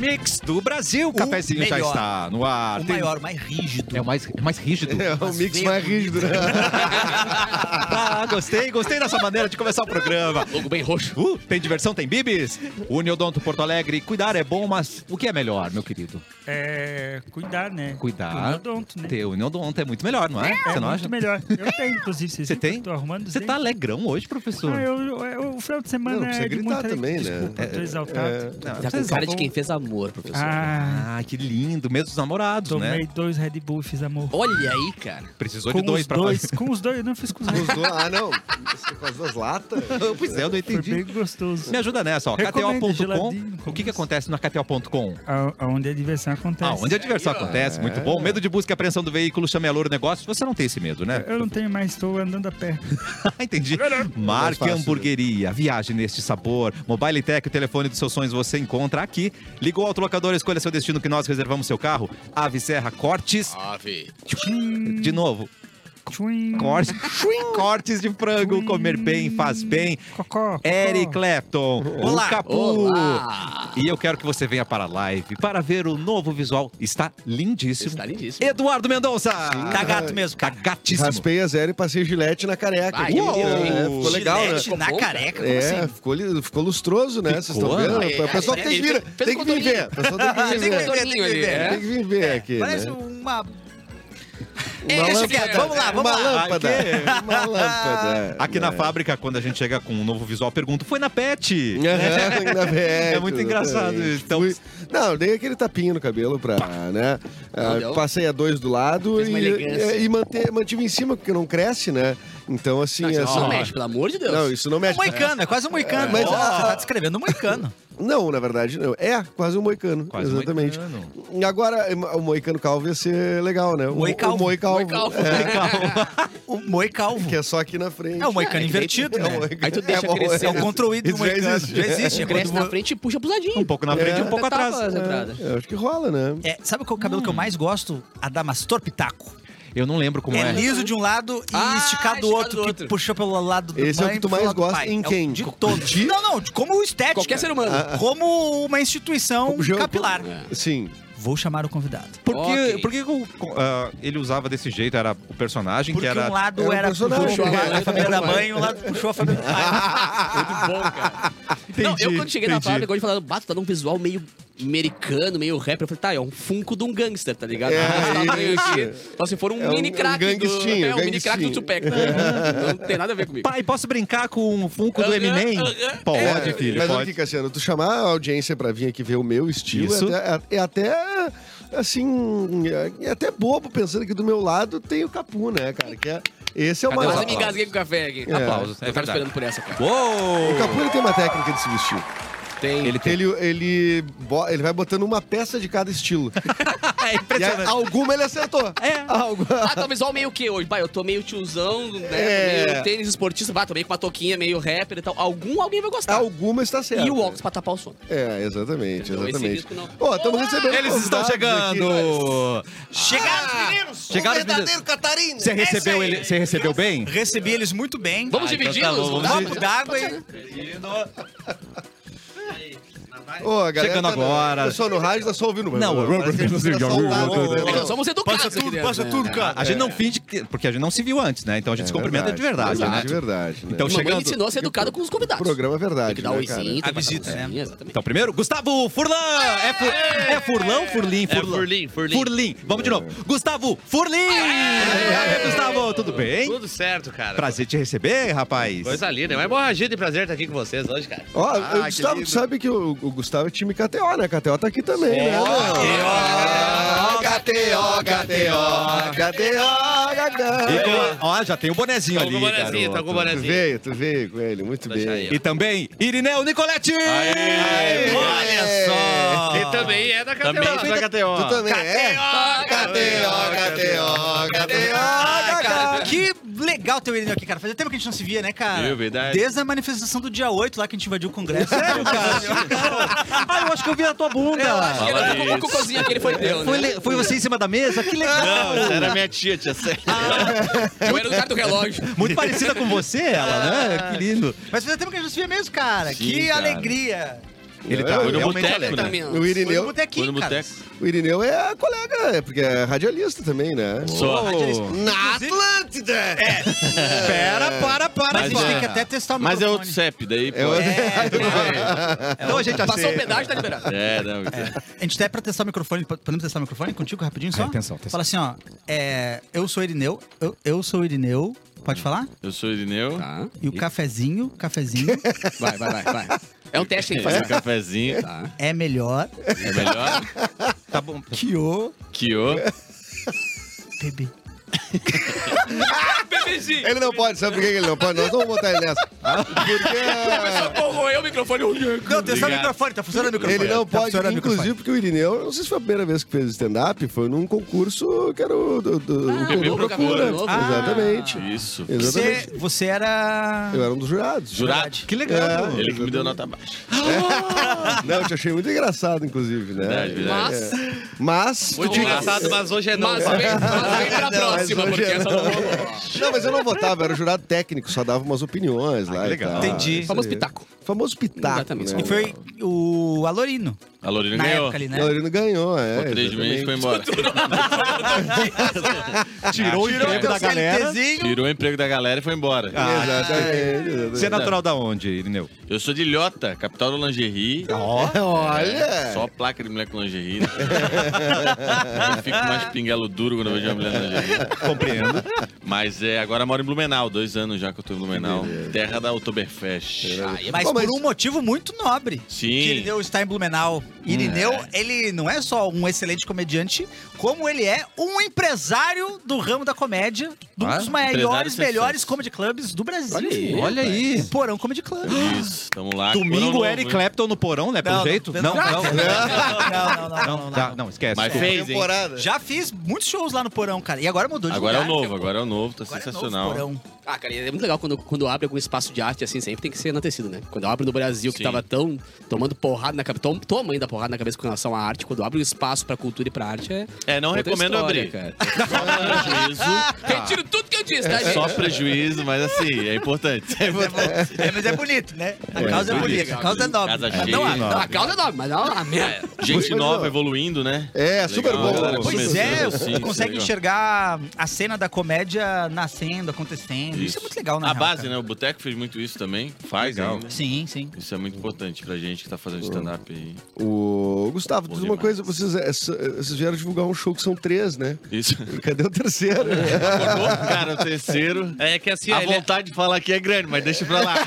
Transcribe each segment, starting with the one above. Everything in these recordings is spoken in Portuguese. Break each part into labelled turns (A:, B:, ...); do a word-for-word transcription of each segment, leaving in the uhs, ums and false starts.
A: Mix do Brasil. O cafezinho já está no ar.
B: O
A: Tem...
B: maior, o mais rígido.
A: É o mais, é mais rígido.
C: É o mix mais rígido, né?
A: Ah, gostei, gostei dessa maneira de começar o programa.
D: Logo bem roxo.
A: Uh, tem diversão, tem bibis. Uniodonto Porto Alegre. Cuidar é bom, mas o que é melhor, meu querido?
E: É, cuidar, né?
A: Cuidar.
E: Uniodonto, né?
A: Ter Uniodonto é muito melhor, não é?
E: É,
A: Você não
E: muito
A: acha?
E: melhor. Eu tenho, inclusive. Vocês
A: Você
E: viram que
A: tem?
E: eu tô arrumando os
A: Você tá
E: dentes?
A: alegrão hoje, professor?
E: Ah, eu, eu, o final de semana
C: Não, precisa
E: é de
C: gritar
E: muita...
C: também, né?
E: Desculpa,
C: É,
E: tô exaltado.
C: é.
A: Não,
D: Tá com
A: vocês
D: cara
A: vão-
D: de quem fez amor, professor.
E: Ah,
A: Ah, que lindo. Mesmo os namorados,
E: tomei
A: né?
E: dois Red Bull e fiz amor.
D: Olha aí, cara.
A: Precisou
E: com
A: de dois
E: os
A: pra
E: dois,
A: fazer.
E: com os dois, eu não fiz com os dois.
C: Os dois- Ah, não. Você com as duas latas?
A: Pois é, eu não
E: Foi
A: entendi.
E: bem gostoso.
A: Me ajuda nessa, ó.
E: Recomendo,
A: K T O ponto com.
E: geladinho,
A: O que, que acontece na K T O ponto com?
E: A- Aonde a diversão acontece.
A: Ah, onde a diversão acontece, muito bom. Medo de busca e apreensão do veículo, chame a Louro Negócios. Você não tem esse medo, né?
E: Eu não tenho mais, estou andando a pé.
A: Entendi.
C: Mais
A: Marque
C: fácil,
A: Hamburgueria. Viaje neste sabor. Mobile Tech, o telefone dos seus sonhos você encontra aqui. Liga o autolocador, escolha seu destino que nós reservamos seu carro. Ave Serra Cortes.
D: Ave.
A: De novo.
E: Tchuim.
A: Cortes, cortes de frango. Comer bem faz bem.
E: Cocó, cocó.
A: Eric Clapton,
B: Olá.
A: o Capu.
D: Olá.
A: E eu quero que você venha para a live para ver o novo visual. Está lindíssimo.
D: Está lindíssimo.
A: Eduardo Mendonça.
B: Tá gato mesmo,
A: Tá
B: cara.
A: gatíssimo.
C: Raspei a zero e passei gilete na careca.
D: Ai,
C: aqui.
D: que
C: É,
D: lindo.
C: ficou legal, né?
B: Gilete na
D: Ficou bom,
B: careca, como
C: É,
B: assim?
C: ficou, li- ficou lustroso, né? Vocês
A: Ficou?
C: estão vendo?
D: É,
C: o pessoal
D: é,
C: tem que
D: ele
C: vir,
D: fez
C: tem que
D: um
C: vir
D: contorninho.
C: ver. O pessoal tem que vir
D: Tem um
C: ver.
D: contorninho ali, é.
C: Tem que vir ver aqui,
B: Parece
C: né?
B: uma...
C: Uma
B: Deixa
C: lâmpada.
B: quieto, vamos lá, vamos
C: uma
B: lá.
C: lâmpada.
A: Aqui.
C: Uma lâmpada.
A: Aqui na
C: É.
A: fábrica, quando a gente chega com um novo visual, pergunta, foi na Pet?
C: Aham, ainda bem,
A: É muito engraçado
C: exatamente.
A: isso. Então-
C: Fui- Não, dei aquele tapinho no cabelo pra, né? Ah,
D: deu?
C: passei a dois do lado
D: Fez uma
C: e,
D: elegância.
C: e, e manter, mantive em cima, porque não cresce, né? Então, assim...
D: Não, isso
C: essa-
D: não mexe, pelo amor de Deus.
C: Não, isso não
B: É
C: mexe.
B: um moicano, é quase um moicano.
C: Mas-
B: Ó, você tá descrevendo um moicano.
C: Não, na verdade, não. É, quase um moicano.
A: Quase um
C: exatamente.
A: moicano.
C: E agora, o moicano calvo ia ser legal, né? O,
B: Moicalvo.
C: o moicalvo.
D: Moicalvo.
C: É,
B: O moicalvo.
C: que é só aqui na frente.
B: É o moicano
D: É, que
B: invertido,
C: É o
B: né?
C: moicano.
D: Aí tu deixa
C: bom,
D: crescer.
B: É o controído do
C: Isso já
B: moicano.
C: existe.
B: Já existe. É
D: Cresce
B: quando
D: na
B: vo-
D: frente e puxa pro ladinho.
A: Um pouco na frente e um pouco
D: Até
A: atrás.
D: tapa as entradas.
C: É, eu acho que rola, né?
B: É, sabe qual é o cabelo que eu mais gosto? Adamastor Pitaco.
A: Eu não lembro como
B: É
A: é.
B: liso de um lado e
D: Ah,
B: esticado do
D: esticado
B: outro,
D: do
B: que
D: outro.
B: puxou pelo lado do
C: Esse é o
B: mãe
C: que tu
B: pro
C: mais
B: lado do
C: gosta
B: pai.
C: em
B: É o
C: quem?
B: De
C: Co-
B: todos.
C: de-
B: Não, não, de- como estética.
D: Qualquer ser humano.
B: Como uma instituição
C: Como-
B: capilar.
D: É.
C: Sim.
B: Vou chamar o convidado.
A: Por que,
D: Ok.
A: por que o- ah, ele usava desse jeito? Era o personagem
B: Porque
A: que era...
B: um lado
C: era um
B: era
C: personagem.
B: puxou a,
D: Era
B: a família da
D: do
B: mãe
D: pai.
B: e um lado puxou a família do pai.
D: Muito bom, cara.
A: Entendi,
D: Não, eu quando cheguei na
A: entendi.
D: fábrica, hoje falando, bato, tá num visual meio americano, meio rapper. Eu falei, tá, é um funko de um gangster, tá ligado?
C: É,
D: Esse tamanho
C: isso.
D: aqui. Só se for um
C: É um-
D: mini
C: um
D: crack do...
C: gangstinho,
D: É, um mini crack do
C: gangstinho.
D: Tupac. Não, não tem nada a ver comigo.
A: Pai, posso brincar com o Funko do
D: Ah,
A: Eminem?
D: ah, ah,
A: Pode,
C: É,
A: filho,
C: mas olha
A: pode.
C: aqui, Cassiano, tu chamar a audiência pra vir aqui ver o meu estilo
A: Isso.
C: é até, é até, assim, é até bobo pensando que do meu lado tem o Capu, né, cara? Que é, esse é o
D: Quase
C: mais...
D: me engasguei com o café aqui.
C: É.
A: Aplausos, é
D: Eu tava
A: verdade.
D: esperando por essa, cara.
A: Uou!
C: O Capu, ele tem uma técnica de se vestir.
D: Tem.
A: Ele tem...
C: Ele, ele, bo- ele vai botando uma peça de cada estilo.
A: É
C: E aí,
A: impressionante.
C: alguma ele acertou.
A: É.
C: Algu-
D: Ah, tá, visual meio que hoje? Pai, eu tô meio tiozão, né?
C: É.
D: Tô meio tênis esportista, bah, tô meio com uma toquinha meio rapper e tal. Algum alguém vai gostar.
C: Alguma está certa.
D: E o óculos pra tapar o sono.
C: É, exatamente,
D: Então, esse
C: exatamente.
D: risco não.
C: Ó, estamos recebendo
A: Eles estão
C: convidados
A: chegando!
C: aqui.
B: Chegaram os meninos!
A: Chegaram os meninos.
C: Catarina!
A: Você recebeu,
B: aí.
A: ele, você recebeu bem?
B: Recebi eles muito bem.
D: Vamos
A: Ah, então
D: dividi-los?
A: tá bom,
D: Vamos
A: vamos
B: Um
D: dividir.
B: copo d'água e...
C: Ô, a galera
A: Chegando
C: tá no-
A: agora.
C: O pessoal no rádio tá só ouvindo.
A: Não,
C: Parece que eles estão soldados,
D: É que
C: né?
D: nós somos educados
B: Passa
D: aqui
B: tudo,
D: dentro,
B: passa
D: né?
B: tudo, cara.
A: A gente não finge, que, porque a gente não se viu antes, né? Então a gente se
C: É
A: cumprimenta de verdade,
C: verdade,
A: né?
C: De verdade, né?
A: Então,
D: Mamãe me
A: chegando...
D: ensinou a ser educado com os convidados.
C: Programa é verdade,
D: Tem que dar
C: né,
D: um oizinho,
C: cara?
D: tem que
B: A visita,
D: passar um
B: né?
D: oizinho, exatamente.
A: Então, primeiro, Gustavo Furlan! É, fur... é Furlão, Furlim?
F: É Furlim, Furlim.
A: Furlim. Vamos de novo. Gustavo Furlim! E aí, Gustavo, tudo bem?
F: Tudo certo, cara.
A: Prazer te receber, rapaz.
F: Coisa linda. É uma hemorragia de prazer estar aqui com vocês hoje, cara.
C: Ó,
A: Ah,
C: o
A: que
C: Gustavo,
A: lindo.
C: tu sabe que o, o Gustavo é time K T O, né? K T O tá aqui também, né?
B: K T
C: O, K T O, K T O, K T O, K T
A: E
C: O.
A: com- ó, já tem o bonezinho
F: Tá
A: ali,
F: com o bonezinho,
A: garoto.
F: tá com o
C: Tu
F: bonezinho.
C: veio, tu veio com ele, muito
F: Deixa
C: bem.
F: aí,
A: E também, Irineu Nicoletti!
C: Aê!
A: Olha só!
F: E também é da K T O.
A: Também da K T O.
C: Tu também é? K T O, K T O, K T O,
B: Ah,
C: K T O.
B: cara, que legal ter o Irineu aqui, cara. Fazia tempo que a gente não se via, né, cara?
F: Viu, verdade.
B: Desde a manifestação do dia oito lá que a gente invadiu o Congresso. Sério, cara?
A: Ah, eu acho que eu vi a tua bunda.
B: Eu
D: Acho que ele- O cocôzinho aquele foi teu,
A: Foi,
D: né?
A: le- foi você em cima da mesa? Que legal!
F: Não, essa era minha tia, tia Célia.
D: Eu era o cara do relógio.
A: Muito parecida com você, ela, né? Que lindo.
B: Mas fazia tempo que a gente não se via mesmo, cara.
A: Sim,
B: que
A: cara.
B: alegria.
A: Ele tá
C: Foi
F: no
A: realmente
F: boteco,
A: alegre.
F: né?
D: Também,
C: O Irineu,
B: botequinho,
F: Foi no
B: cara.
F: boteco.
C: o Irineu é colega, é porque é radialista também, né?
F: Só.
C: Na Atlântida! É.
B: Pera, para, para.
F: Mas
B: a gente
F: é-
B: tem que até testar o
F: Mas é
B: microfone.
F: outro C E P, daí
C: É
F: pode.
C: outro-
A: Então a gente
D: Passou o
A: aceita.
D: pedágio, tá liberado.
F: É, não.
B: A gente até pra testar o microfone. Podemos testar o microfone contigo rapidinho só?
A: É, atenção, atenção.
B: Fala assim, ó. É, eu sou Irineu. Eu, eu sou Irineu. Pode falar?
F: Eu sou o Irineu.
D: Tá.
B: E o cafezinho, cafezinho
D: Vai, vai, vai, vai. É um teste que tem que
F: Faz um
D: fazer.
F: cafezinho.
D: Tá.
B: é melhor
F: É melhor
A: Tá bom.
B: que o
F: que o...
B: bebê.
C: Ele não pode, sabe por que ele não pode? Nós vamos botar ele nessa. Porque
D: Corroeu o microfone.
B: Não, testar o
F: Obrigado.
B: microfone. Tá funcionando o microfone.
C: ele não
B: Tá
C: pode,
B: funcionando o
C: inclusive
B: microfone.
C: porque o Irineu, não sei se foi a primeira vez que fez stand-up, foi num concurso que era o do, do,
D: Ah,
C: o
F: Bebê
C: Procura.
F: Procura.
D: Novo.
B: Ah.
C: Exatamente.
F: Isso.
C: Exatamente.
B: Você, você era...
C: Eu era um dos jurados.
F: Jurado.
A: Que legal.
C: É.
F: Ele que me deu nota baixa.
C: Não, eu te achei muito engraçado, inclusive, né?
F: Verdade, verdade.
C: É. Mas.
F: Muito
C: tu tinha-
F: engraçado, mas hoje é não.
D: Mas vem, mas vem pra
C: Não,
D: próxima,
C: mas hoje
D: porque
C: é
D: essa
C: não.
D: não rolou.
C: Não, mas eu não votava, era jurado técnico, só dava umas opiniões lá.
A: que
C: e
A: legal.
C: tal.
B: Entendi.
C: Isso
D: Famoso
C: aí.
D: pitaco.
C: Famoso pitaco.
D: Exatamente.
C: Né?
B: E foi o Alorino.
F: A Lorena
B: Na
F: ganhou.
B: época ali,
C: O
B: né?
C: Galorino ganhou, é.
F: Por três
C: exatamente.
F: meses foi embora.
A: Tirou o emprego da galera.
F: Tirou o emprego da galera e foi embora.
A: Ah,
C: Exatamente. exatamente.
A: Você é natural da onde, Irineu?
F: Eu sou de Ilhota, capital do lingerie.
C: Olha!
F: Só placa de mulher com lingerie. Né? Eu fico mais pinguelo duro quando eu vejo uma mulher com lingerie.
A: Compreendo.
F: Mas é, agora eu moro em Blumenau, dois anos já que eu tô em Blumenau. Terra da Oktoberfest.
B: Mas
C: Bom,
B: por
C: mas-
B: um motivo muito nobre.
F: Sim.
B: Que Irineu está em Blumenau. Irineu, ele não é só um excelente comediante, como ele é um empresário do ramo da comédia, de um
A: Ah,
B: dos
F: empresário
B: maiores,
F: sucesso.
B: melhores comedy clubs do Brasil.
D: Olha aí.
A: Olha aí.
B: O Porão Comedy Club.
F: Isso, tamo lá.
A: Domingo,
F: Porão
A: Eric
F: novo, hein?
A: Clapton no porão, né? Pelo
B: Não,
A: jeito?
B: não,
A: Não,
B: não.
A: não.
B: Não, não, não, não, não,
A: Tá,
B: não.
A: não, esquece.
F: Mas fez, hein?
C: Temporada.
B: Já fiz muitos shows lá no Porão, cara. E agora mudou de
F: Agora é o
B: lugar.
F: novo, agora é o novo, tá
B: Agora é novo
F: sensacional.
B: Porão.
D: Ah, cara, é muito legal quando, quando abre algum espaço de arte assim, sempre tem que ser enaltecido, né? Quando abre no Brasil, que
F: Sim.
D: tava tão tomando porrada na cabeça, tom, toma ainda porrada na cabeça com relação à arte, quando abre um espaço pra cultura e pra arte é.
F: É, não
D: outra
F: recomendo
D: história,
F: abrir.
D: cara.
F: Só prejuízo.
D: Retiro tudo que eu disse, tá, gente?
F: Só prejuízo, mas assim, é importante. É importante.
B: É, mas é bonito, né? A causa é,
F: bonito.
B: bonita, a causa é nobre.
F: Casa
B: Mas
F: cheia.
B: não há-
D: Não, a causa é nova, mas não a merda.
F: Gente
C: Mas,
F: nova
C: ó,
F: evoluindo, né?
C: É, super
F: Legal,
C: bom.
F: galera,
B: Pois
F: começando
B: é,
F: assim,
B: você consegue
F: legal.
B: enxergar a cena da comédia nascendo, acontecendo. Isso, é muito legal, na
F: A
B: real,
F: base,
B: cara.
F: né? O Boteco fez muito isso também. Faz
A: Legal.
F: ainda.
B: Sim, sim.
F: Isso é muito importante pra gente que tá fazendo stand-up aí.
C: O Gustavo,
F: Bom
C: diz uma
F: demais.
C: coisa, vocês, é, s- vocês vieram divulgar um show que são três, né?
F: Isso.
C: E cadê o terceiro?
F: Acordou, cara, o terceiro.
G: É que assim,
F: A
G: ele-
F: vontade de falar aqui é grande, mas deixa pra lá.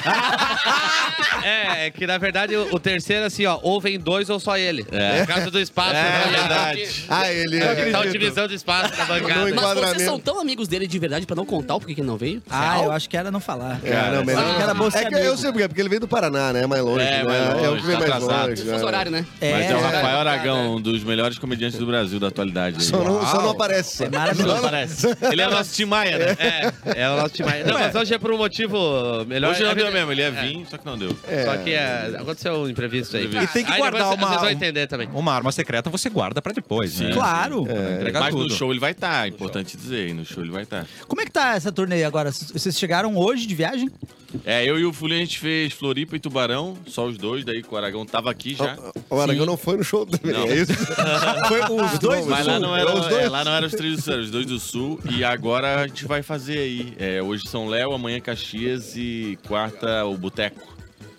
G: é, é que na verdade o, o terceiro, assim, ó, ou vem dois ou só ele.
F: É.
G: Por causa do espaço.
F: É
G: né?
F: verdade.
C: Ah, ele.
G: Tá utilizando o espaço da bancada.
C: Não
D: Mas
C: enquadramento.
D: vocês são tão amigos dele de verdade pra não contar o porquê que ele não veio?
B: Ah,
D: Real?
B: eu acho que era não falar.
C: É, não, melhor.
B: Acho que era bom ser
C: É que
B: amigo.
C: eu sei porque, porque ele veio do Paraná, né? Mais longe.
F: É,
C: né?
F: mais longe,
C: é o que vem
F: tá
C: mais
F: atrasado.
C: longe.
D: Fuso
C: né?
D: horário, né?
B: É,
F: Mas é o
B: é.
F: Rafael Aragão, um dos melhores comediantes do Brasil da atualidade. aí.
C: Só não, só não aparece. Só.
B: É maravilhoso.
F: Não parece. Ele é nosso Tim Maia, né?
G: É, é o nosso time. Não, mas hoje é por um motivo melhor.
F: Hoje não
G: É,
F: deu mesmo, ele ia vir, só que não deu.
C: É.
G: Só que é, aconteceu um imprevisto aí.
F: E
A: tem que
G: Aí
A: guardar
G: depois
A: uma-
G: Vocês vão entender também.
A: Uma arma secreta você guarda pra depois, né?
B: Claro.
A: É. Entregar
F: Mas
A: tudo.
F: no show ele vai estar, é importante dizer, no show ele vai estar.
B: Como é que tá essa turnê agora? Vocês chegaram hoje de viagem?
F: É, eu e o Fulinha a gente fez Floripa e Tubarão, só os dois, daí que o Aragão tava aqui já.
C: O Aragão não foi no show também.
F: Não.
C: É isso?
B: Foi os dois do
F: Mas lá
B: Sul.
F: não, era,
C: Os dois.
F: é, lá não eram os três do Sul, eram os dois do Sul. E agora a gente vai fazer aí. É, hoje São Léo, amanhã Caxias e quarta o Boteco.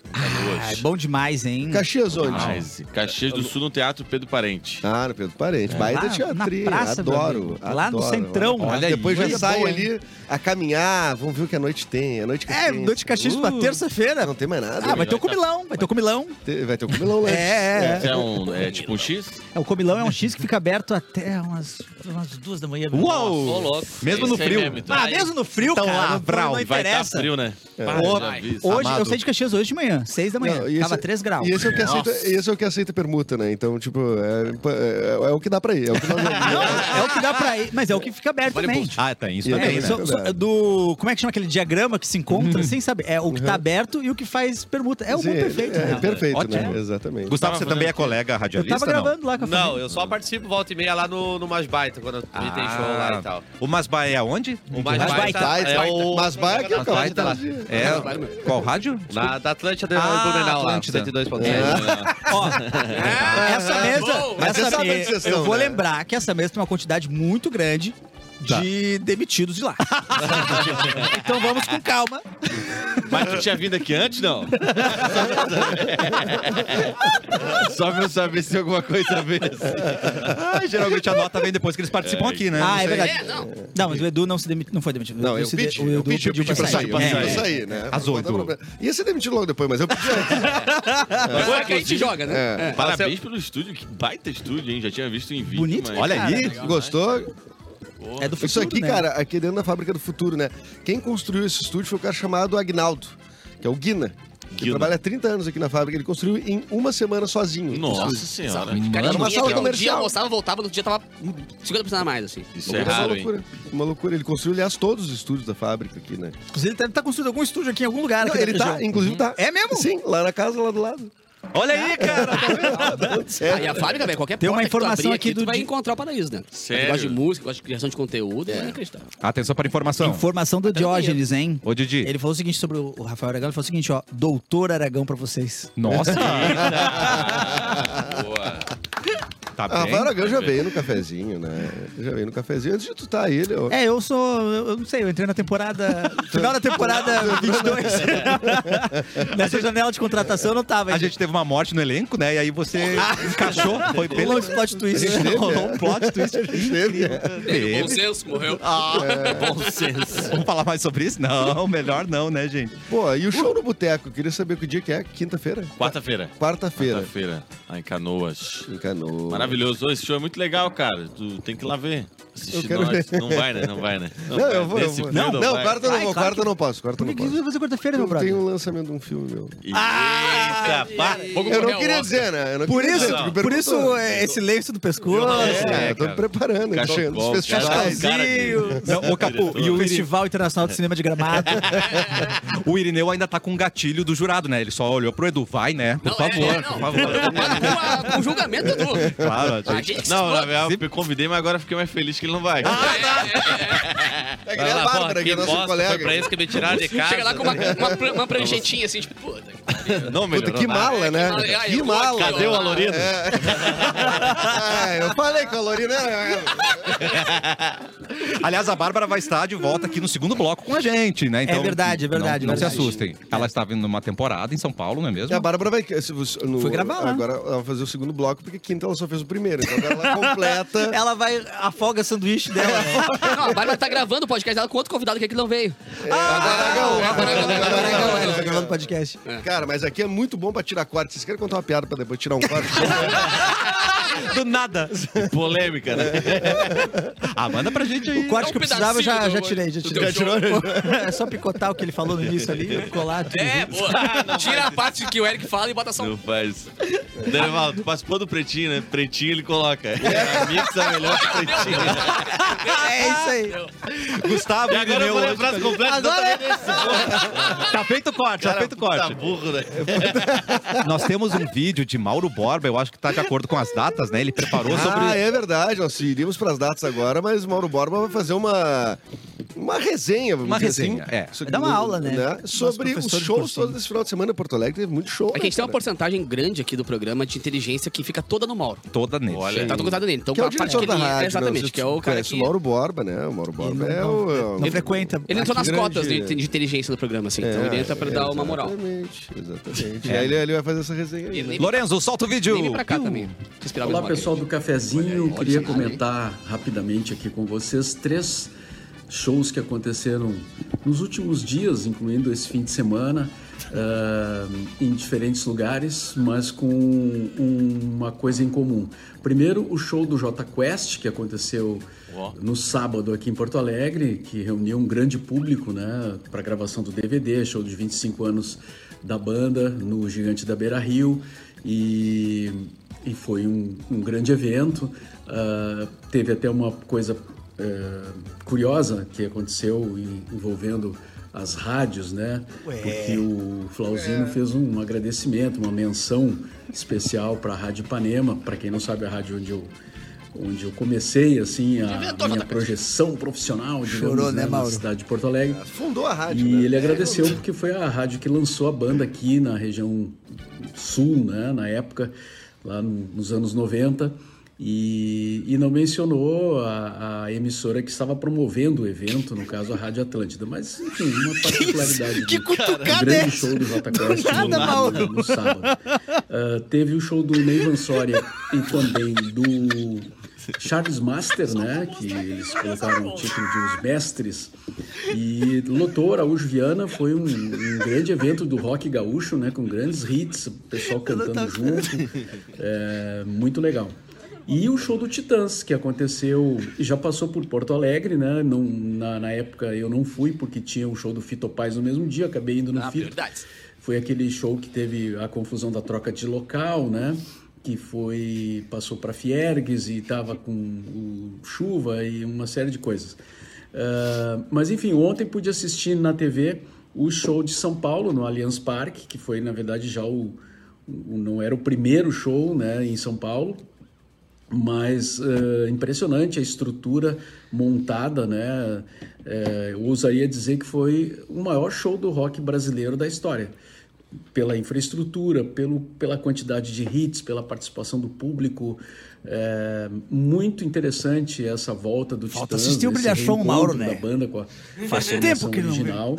B: Ah, é bom demais, hein?
C: Caxias onde?
F: Mas, Caxias do Sul no Teatro Pedro Parente.
C: Ah, no Pedro Parente. Baita
B: Lá na
C: teatrinho.
B: praça, meu
C: adoro.
B: amigo. Lá no
C: adoro.
B: Centrão.
A: Olha aí.
C: Depois já
B: Coisa
C: sai
B: boa,
C: ali a caminhar. Vamos ver o que a noite tem. A noite que
B: É,
C: tem.
B: noite de Caxias
C: Uh,
B: pra terça-feira.
C: Não tem mais nada.
B: Ah, vai ter o comilão, vai ter o comilão.
C: Ter- Vai ter o comilão lá.
B: É, é,
F: Isso é, um, é tipo um X?
B: é. O comilão é um X que fica aberto até umas, umas duas da manhã.
A: Uau!
G: Ô, louco.
A: Mesmo no
F: Esse aí
A: frio.
F: mesmo, então.
B: Ah, mesmo no frio,
A: Então
B: cara,
A: lá,
B: não,
A: Brau,
B: não
F: Vai estar
B: interessa.
F: frio, né?
B: Ô,
F: Já vi.
B: hoje,
A: Amado.
B: eu saí de Caxias hoje de manhã, seis da manhã.
C: Não, e
B: Tava
C: esse-
B: três graus.
C: E esse é o que aceita, esse é o que aceita permuta, né? Então, tipo, é, é, é o que dá pra ir. É o que nós
B: Não, é o que dá pra ir, mas é o que fica aberto também.
A: Ah, tem isso
C: E
A: também,
C: aí,
B: É,
A: né?
B: so- so- do. Como é que chama aquele diagrama que se encontra sem saber? É o que tá aberto e o que faz permuta. É o
C: Sim,
B: mundo perfeito,
C: É,
B: né?
C: é perfeito,
A: Ótimo.
C: né? Exatamente.
A: Gustavo,
F: Tava
A: você
F: fazendo
A: também é
F: aqui.
A: colega
B: Eu
A: radialista,
B: tava
A: não?
B: gravando lá com a
G: Não,
B: família.
G: eu só participo volta e meia lá no, no Mais Baita, quando a gente tem show lá e tal.
A: O Masba é aonde?
G: O Mais
B: Mais
G: Baita,
C: Baita.
G: é o...
C: Mas vai aqui, ó.
A: Baita. É, qual rádio?
G: Na, da Atlântida,
A: Ah,
G: Blumenau lá,
A: Atlântida.
G: cento e dois ponto sete.
B: Ó, essa mesa.
C: Mas
B: essa
C: você sabe
B: me-
C: onde vocês estão,
B: eu vou
C: né?
B: lembrar que essa mesa tem uma quantidade muito grande de demitidos de lá. Então vamos com calma.
F: Mas tu tinha vindo aqui antes, não? Só pra eu saber se tem alguma coisa a ver.
A: Ah, geralmente a nota vem depois que eles participam aqui, né?
B: Ah, é
A: Não sei.
B: verdade.
D: É, não.
B: Não, mas o Edu não, se demit... não foi demitido. O
C: Não,
B: Edu
C: eu
B: se de-
C: pedi,
B: o
C: eu
B: Edu
C: pedi, eu pedi pra sair, eu pedi
B: É,
C: pra
B: é.
C: sair, né?
A: Azul,
C: Não dá
A: Edu.
C: problema. Ia ser demitido logo depois, mas eu pedi antes.
D: Depois que a gente joga, né?
C: É.
F: Parabéns pelo estúdio, que baita estúdio, hein? Já tinha visto em vídeo.
B: Bonito.
F: mas-
A: Olha aí.
C: Gostou?
B: É do futuro,
C: Isso aqui,
B: né?
C: cara, aqui dentro da fábrica do futuro, né? Quem construiu esse estúdio foi o cara chamado Agnaldo, que é o Guina. Que
F: Guina.
C: trabalha há trinta anos aqui na fábrica. Ele construiu em uma semana sozinho.
F: Nossa
C: Isso-
F: senhora.
D: Cara,
C: Era uma
D: vinha
C: sala
D: aqui um dia,
C: comercial.
D: almoçava, voltava, no outro dia tava cinquenta por cento a mais, assim.
F: Isso é
C: É uma
F: raro, hein?
C: loucura. Uma loucura. Ele construiu, aliás, todos os estúdios da fábrica aqui, né?
B: Inclusive, ele deve estar construindo algum estúdio aqui em algum lugar.
C: Não,
B: aqui da
C: ele tá,
B: região.
C: inclusive tá.
B: É mesmo?
C: Sim, lá na casa, lá do lado.
A: Olha aí, cara.
C: Sério.
D: Aí a fábrica, velho, qualquer
B: Tem uma
D: porta que tu
B: informação
D: abrir
B: aqui do
D: tu vai
B: di-
D: encontrar o paraíso, né?
F: Sério?
D: Tu gosta de música, gosta de criação de conteúdo, é inacreditável.
A: Atenção para a informação.
B: Informação do Diógenes, hein?
A: Ô, Didi.
B: Ele falou o seguinte sobre o o Rafael Aragão. Ele falou o seguinte, ó. Doutor Aragão pra vocês.
A: Nossa.
F: Boa.
A: Tá
C: A
A: bem.
C: Rafael Aragão já veio no cafezinho, né? Já veio no cafezinho. Antes de tu tá aí, ele... ó.
B: É, eu sou... Eu eu não sei, eu entrei na temporada... Final da temporada vinte e dois. Nessa janela de contratação eu não tava.
A: A
B: ainda.
A: gente teve uma morte no elenco, né? E aí você encaixou. Foi bem
B: Rolou esse plot twist.
A: Rolou um plot twist.
C: Teve, é.
A: Teve.
D: Bom senso, morreu.
A: Bom senso. Vamos falar mais sobre isso? Não, melhor não, né, gente?
C: Pô, e o show no Boteco? Queria saber que dia que é. Quinta-feira?
F: Quarta-feira.
C: Quarta-feira.
F: Quarta-feira. Lá em Canoas.
C: Em Canoas.
F: Maravilhoso. Esse show é muito legal, cara. Tu tem que ir lá ver. Assistir
C: Eu quero
F: nós.
C: ver.
F: Não vai, né? Não vai, né?
C: Não,
F: vai.
C: eu vou, eu
F: Nesse
C: vou.
F: frio
C: Não, não,
F: vai.
C: quarta eu não
B: Ai,
C: vou.
B: claro
C: Quarta eu não posso. Quarta eu
B: Por
C: não
B: que que você
C: posso.
B: vai fazer quarta-feira, meu
C: Eu
B: brother?
C: tenho um lançamento de um filme meu.
F: Eita, pá.
D: Fogo
C: Eu não
D: Morreu,
C: queria
D: Oscar.
C: dizer, né? Eu não
B: Por
C: queria
B: isso,
C: dizer, tu me
B: por isso
C: perguntou.
B: é, esse lenço do pescoço.
C: É,
F: É,
C: eu tô me
F: cara.
C: preparando. Tô
F: Cachecol,
C: chegando nos
F: cara.
C: festivais.
F: Cara dele.
A: Não, o Capu, e
B: o
A: o, Iri-
B: Festival Internacional de Cinema de Gramado.
A: o Irineu ainda tá com um gatilho do jurado, né? Ele só olhou pro Edu. Vai, né? Por
D: Não,
A: favor,
D: é, é,
A: por
D: não.
A: favor.
D: Para com, a- com o julgamento, Edu.
A: Claro, a
D: A
A: gente...
D: gente
F: Não, na
D: se
F: real, eu convidei, mas agora fiquei mais feliz que ele não vai.
C: É que nem a
G: Vai lá,
C: Bárbara,
G: pô,
C: que é
G: que
C: nossa
G: bosta,
C: colega.
G: foi pra isso que me tiraram de casa.
D: Chega lá com uma, uma, pran- uma pranchetinha assim, tipo, puta.
F: Não,
C: Puta,
F: melhorou
C: que
F: nada.
C: mala, né?
D: mala. Ai,
C: Que
D: eu vou
C: mala.
D: aqui, ó.
F: Cadê o Alorino?
C: É, eu falei que a Lorina era...
A: Aliás, a Bárbara vai estar de volta aqui no segundo bloco com a gente, né? Então,
B: É verdade, é verdade,
A: Não, não se
B: verdade.
A: assustem. Ela estava indo numa temporada em São Paulo, não é mesmo?
C: E a Bárbara vai... se você- no-
B: Foi gravar lá.
C: Agora ela vai fazer o segundo bloco, porque quinta ela só fez o primeiro. Então agora ela completa...
B: Ela vai, afoga o sanduíche dela. né?
D: Não, a Bárbara tá gravando o podcast dela com outro convidado que aqui não veio.
C: Aragão,
B: Aragão,
C: Aragão,
B: ela tá gravando podcast.
C: Cara, mas aqui é muito bom pra tirar corte. Vocês querem contar uma piada pra depois tirar um corte?
A: Do nada.
F: Polêmica, né?
A: Ah, manda pra gente aí.
B: O corte
D: É um
B: que eu precisava eu já,
D: pedacinho
B: já
D: do-
B: tirei, já
D: do
B: tirei.
D: teu show.
B: É só picotar o que ele falou no início ali, colar tudo.
D: É, pô. Tira a parte que o Eric fala e bota só um.
F: Não faz. Danival, tu participou do Pretinho, né? Pretinho ele coloca. A mix é melhor que Pretinho.
B: É isso aí.
A: Gustavo
F: E agora eu
A: Irineu
F: vou ler a
A: hoje
F: frase
A: tá-
F: completa.
B: Agora
A: Tá feito o corte, tá feito o corte.
F: Tá burro, né?
A: Nós temos um vídeo de Mauro Borba, eu acho que tá de acordo com as datas, né? Ele preparou sobre...
C: Ah, é verdade. Nós iríamos pras datas agora, mas o Mauro Borba vai fazer uma... Uma resenha, vamos
A: Uma
C: dizer
A: resenha,
C: assim.
A: é.
C: Isso
B: Vai dar uma
C: aqui,
B: aula, né?
C: Sobre os
B: professor de
C: shows
B: cursinho.
C: todo esse final de semana em Porto Alegre. Teve muito show.
D: É que a gente tem uma
C: né,
D: porcentagem grande aqui do programa de inteligência que fica toda no Mauro.
A: Toda nele.
F: Olha
D: Tá todo contado nele. Então,
C: Que é o
D: a parte
C: diretor
D: que
C: da
D: ele-
C: rádio.
D: Exatamente,
C: né?
D: que é o cara
C: Conhece
D: que...
C: o Mauro Borba, né? O Mauro Borba
B: Ele
C: é
B: não-
C: o... é o-
B: Não frequenta.
D: Ele entrou nas
C: grande-
D: cotas de, de inteligência do programa, assim. Então
C: É,
D: ele entra pra dar uma moral.
C: Exatamente, exatamente. E aí ele, ele vai fazer essa resenha aí.
D: Ele
C: né?
D: nem,
A: Lorenzo, solta o vídeo.
D: nem vem pra cá também. Se inspirar
H: Olá
D: no
H: pessoal do Cafezinho,
D: Olha
H: queria
D: esse cenário,
H: comentar rapidamente aqui com vocês três shows que aconteceram nos últimos dias, incluindo esse fim de semana, ah, em diferentes lugares, mas com um- uma coisa em comum. Primeiro, o show do Jota Quest, que aconteceu
F: Ó.
H: no sábado aqui em Porto Alegre, que reuniu um grande público, né, para a gravação do D V D, show de vinte e cinco anos da banda no Gigante da Beira Rio, e, e foi um, um grande evento. Ah, teve até uma coisa eh, curiosa que aconteceu em- envolvendo as rádios, né? Porque o Flauzino fez um agradecimento, uma menção especial para a Rádio Ipanema. Para quem não sabe, a rádio onde eu onde eu comecei assim a minha projeção profissional, digamos,
B: Chorou, né,
H: né, na
B: Mauro?
H: cidade de Porto Alegre.
C: Fundou a rádio,
H: E
C: né?
H: ele agradeceu porque foi a rádio que lançou a banda aqui na região sul, né, na época, lá no- nos anos noventa. E, e não mencionou a, a emissora que estava promovendo o evento, no caso a Rádio Atlântida. Mas, enfim, uma particularidade
B: Que
H: de
B: cutucada
H: um
B: é
H: grande
B: essa?
H: show do Jota Quest
B: nada,
H: no,
B: Mauro.
H: no, no sábado. Ah, teve o show do Ney Vansória e também do Charles Master, né? Que eles colocaram o título de Os Mestres. E lotou Araújo Viana, foi um, um grande evento do rock gaúcho, né? Com grandes hits, o pessoal cantando junto. É, muito legal. E o show do Titãs, que aconteceu e já passou por Porto Alegre, né? Não, na, na época eu não fui, porque tinha o show do Fito Paz no mesmo dia, acabei indo no
D: Ah,
H: Fito.
D: verdade.
H: Foi aquele show que teve a confusão da troca de local, né? Que foi, passou para Fiergues e estava com o chuva e uma série de coisas. Ah, mas enfim, ontem pude assistir na T V o show de São Paulo, no Allianz Parque, que foi, na verdade, já o, o não era o primeiro show, né, em São Paulo. Mas uh, impressionante a estrutura montada, né? É, eu ousaria dizer que foi o maior show do rock brasileiro da história. Pela infraestrutura, pelo, pela quantidade de hits, pela participação do público. É, muito interessante essa volta do
B: Falta
H: Titãs,
B: assistir o
H: esse
B: Brilhachão,
H: reencontro
B: Mauro, né?
H: da banda com a
B: Faz
H: formação
B: tempo que não vem.
H: original.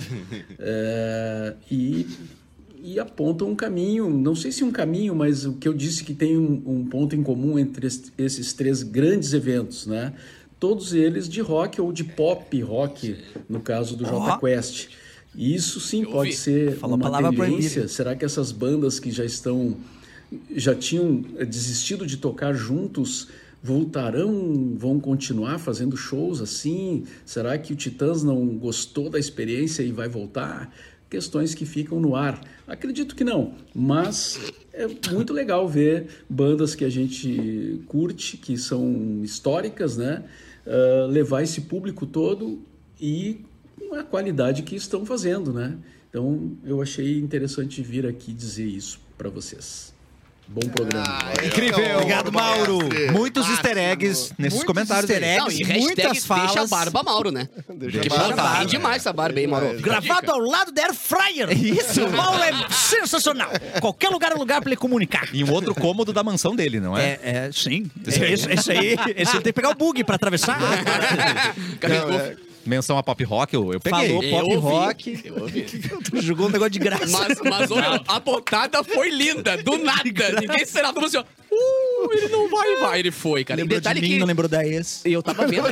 H: É, e e aponta um caminho, não sei se um caminho, mas o que eu disse que tem um, um ponto em comum entre es- esses três grandes eventos, né? Todos eles de rock ou de pop rock, no caso do Jota Quest. E isso sim pode ser
B: Falou a
H: uma
B: palavra
H: tendência.
B: proibida.
H: Será que essas bandas que já estão, já tinham eh, desistido de tocar juntos, voltarão, vão continuar fazendo shows assim? Será que o Titãs não gostou da experiência e vai voltar? Questões que ficam no ar. Acredito que não, mas é muito legal ver bandas que a gente curte, que são históricas, né? Uh, levar esse público todo e a qualidade que estão fazendo, né? Então, eu achei interessante vir aqui dizer isso para vocês. Bom programa.
A: Incrível.
B: Obrigado, Mauro.
A: Muitos easter eggs nesses
B: Muitos
A: comentários
B: easter
A: aí.
B: eggs.
D: Não, e
B: muitas
D: hashtag
B: falas.
D: deixa a barba Mauro, né?
C: Deixa
D: Porque,
C: a
D: pô,
C: barba.
D: tá bem demais essa barba aí, Mauro.
B: Gravado ao lado da Air Fryer. Isso. O Mauro é sensacional. Qualquer lugar é lugar pra ele comunicar.
A: Em um outro cômodo da mansão dele, não é?
B: É, é, sim. Esse, esse aí, esse ele tem que pegar o bug pra atravessar.
D: Carregou.
A: Menção a pop rock, eu, eu peguei.
B: Falou
D: Eu
B: pop
D: ouvi,
B: rock.
D: eu ouvi.
B: Tu jogou um negócio de graça.
D: Mas, mas olha, a botada foi linda, do nada. Ninguém esperava, falou assim, ó. Uh, ele não vai, vai. Ele foi, cara. E
B: Lembrou de
D: detalhe
B: mim,
D: que...
B: não lembrou da ex.
D: Eu tava vendo.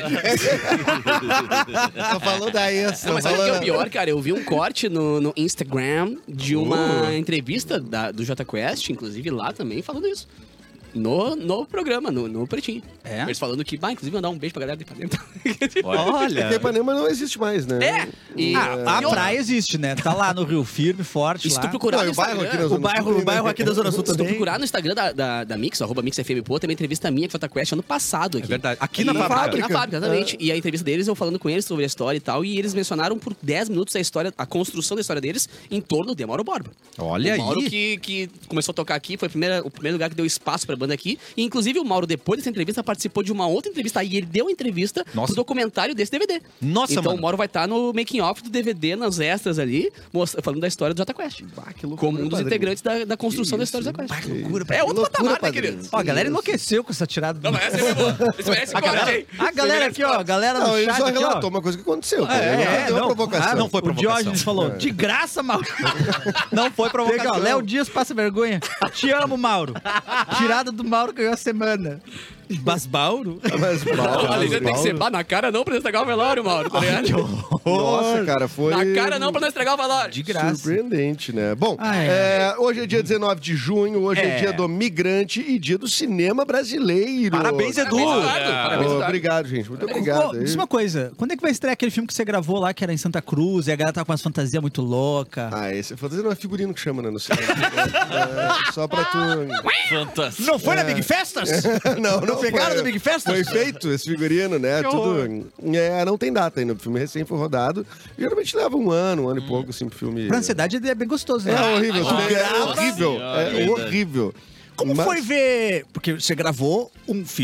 I: Tá falando da ex.
D: Não, mas sabe o que é o pior, cara? Eu vi um corte no, no Instagram de uma entrevista da, do Jota Quest, inclusive lá também, falando isso. No, no programa, no, no Pretinho.
B: É?
D: Eles falando que, vai, inclusive, mandar um beijo pra galera de Ipanema.
A: Olha.
C: Porque Ipanema não existe mais, né?
D: É! E,
B: Ah, a
D: e outra,
B: praia existe, né? Tá lá no Rio Firme, forte
D: E se
B: lá.
D: tu procurar
C: Não,
D: no
C: e o bairro
D: Instagram...
C: aqui na
B: O
C: Zona
B: bairro,
C: Sul
B: o
C: também,
B: bairro
C: né?
B: aqui da Zona Sul
D: Se tu
B: também.
D: procurar no Instagram da, da, da Mix, arroba Mix F M Pô, tem uma entrevista minha com a Jota Quest ano passado aqui.
A: É verdade. Aqui
D: E-
A: na fábrica.
D: Aqui na fábrica, exatamente. E a entrevista deles, eu falando com eles sobre a história e tal, e eles mencionaram por dez minutos a história, a construção da história deles em torno de Mauro Borba.
A: Olha
D: o Mauro
A: aí.
D: que, que começou a tocar aqui, foi a primeira, o primeiro lugar que deu espaço pra banda aqui. E, inclusive, o Mauro, depois dessa entrevista, participou de uma outra entrevista aí. Ele deu a entrevista
A: Nossa.
D: pro documentário desse D V D.
A: Nossa,
D: então,
A: mano.
D: o Mauro vai estar no making-off do D V D, nas extras ali, mostra- falando da história do Jota Quest.
C: Ah, que loucura,
D: Como um dos
C: padrinho.
D: integrantes da, da construção da história do Jota Quest.
B: loucura,
D: É outro
C: loucura,
D: patamar, né,
C: padrinho.
D: queridos?
B: Ó, a galera enlouqueceu com essa tirada.
D: Não, mas essa é boa. Isso merece
B: A
D: corte,
B: galera,
D: hein?
B: a galera aqui, ó, a galera no
C: Não, ele
B: chat
C: só
B: aqui,
C: relatou
B: ó.
C: uma coisa que aconteceu. tá?
B: É,
C: Ele
B: é,
C: deu uma
B: não,
C: provocação.
B: ah,
A: Não foi
B: O
A: provocação.
B: Diógenes falou, de graça, Mauro.
A: Não foi
B: Pega, ó,
A: provocação.
B: Léo Dias passa vergonha. Te amo, Mauro. Tirada do Mauro ganhou a semana. Mas Mauro?
C: Mas, Mauro,
D: Olha, você tem que ser bah, na cara não pra não estragar o velório, Mauro, tá ligado?
C: Nossa, cara, foi...
D: Na cara não pra não estragar o velório.
B: De graça.
C: Surpreendente, né? Bom,
B: Ai,
C: é, hoje é dia dezenove de junho, hoje é.
B: É.
C: dia do migrante e dia do cinema brasileiro.
A: Parabéns, Edu.
D: Parabéns, Eduardo. Parabéns,
C: Oh,
D: Eduardo.
C: obrigado, gente. Muito
B: Ô,
C: obrigado.
B: diz uma coisa, quando é que vai estrear aquele filme que você gravou lá, que era em Santa Cruz, e a galera tá com umas fantasias muito loucas?
C: Ah, esse fantasia não é figurino que chama, né? No cinema. é, só pra tu...
F: Fantástico.
B: Não foi na Big Festas?
C: não,
B: Não pegaram
C: foi-
B: da Big Festas?
C: Foi feito esse figurino, né? Tudo. É, não tem data ainda. O filme recém foi rodado. Geralmente leva um ano, um ano e pouco, assim, pro filme.
B: Pra ansiedade ele é bem gostoso, né?
C: É horrível.
D: Ah,
C: é
D: grava.
C: horrível.
F: Senhora,
C: É
F: verdade.
C: horrível.
B: Como
C: Mas-
B: foi ver... Porque você gravou um filme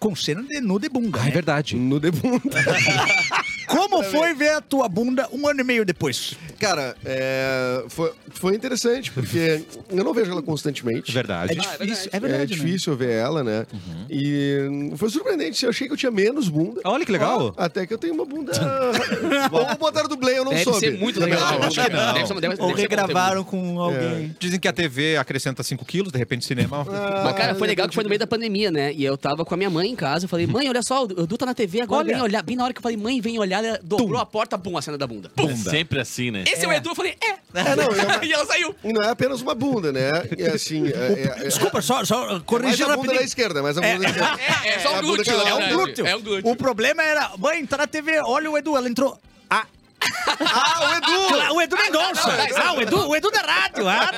B: com cena de nu de bunda.
A: Ah,
B: né?
A: é verdade.
C: No de bunda.
B: Como foi ver a tua bunda um ano e meio depois?
C: Cara, é, foi, foi interessante, porque eu não vejo ela constantemente.
A: Verdade.
B: É difícil, é verdade,
C: É difícil ver ela, né? E foi surpreendente. Eu achei que eu tinha menos bunda.
A: Olha que legal.
C: Ó, até que eu tenho uma bunda. Ou botaram dublê, eu não
D: Deve
C: soube.
D: ser muito legal.
A: Não,
D: Acho
A: acho
D: que
A: que não.
D: Deve ser, deve,
B: Ou
D: deve ser
B: regravaram com alguém.
A: Dizem que a T V acrescenta cinco quilos, de repente cinema...
C: Ah,
D: Mas, cara, foi legal que foi no meio da pandemia, né? E eu tava com a minha mãe em casa. Eu falei, mãe, olha só, o Edu tá na T V agora,
A: Olha.
D: vem olhar. Bem na hora que eu falei, mãe, vem olhar, ela dobrou a porta, bum, a cena da bunda. Pum.
F: É sempre assim, né?
D: Esse é. o Edu, eu falei, é.
C: É, não, é-
D: E ela saiu.
C: E não é apenas uma bunda, né? É assim. É, é,
B: Desculpa, só, só
C: é mais
B: corrigindo
C: a bunda da
B: rapidinho.
C: esquerda, mas a bunda da esquerda.
D: É, é só
C: É a
D: um
C: bunda
D: glúteo,
C: que
D: na
C: ela-
B: É um
D: verdade.
B: glúteo.
D: É um glúteo.
B: O problema era, mãe, tá na T V, olha o Edu, ela entrou. Ah,
C: Ah, o Edu!
B: o Edu Mendonça.
D: não, não,
B: Ah, o Edu, o Edu da rádio. Ah,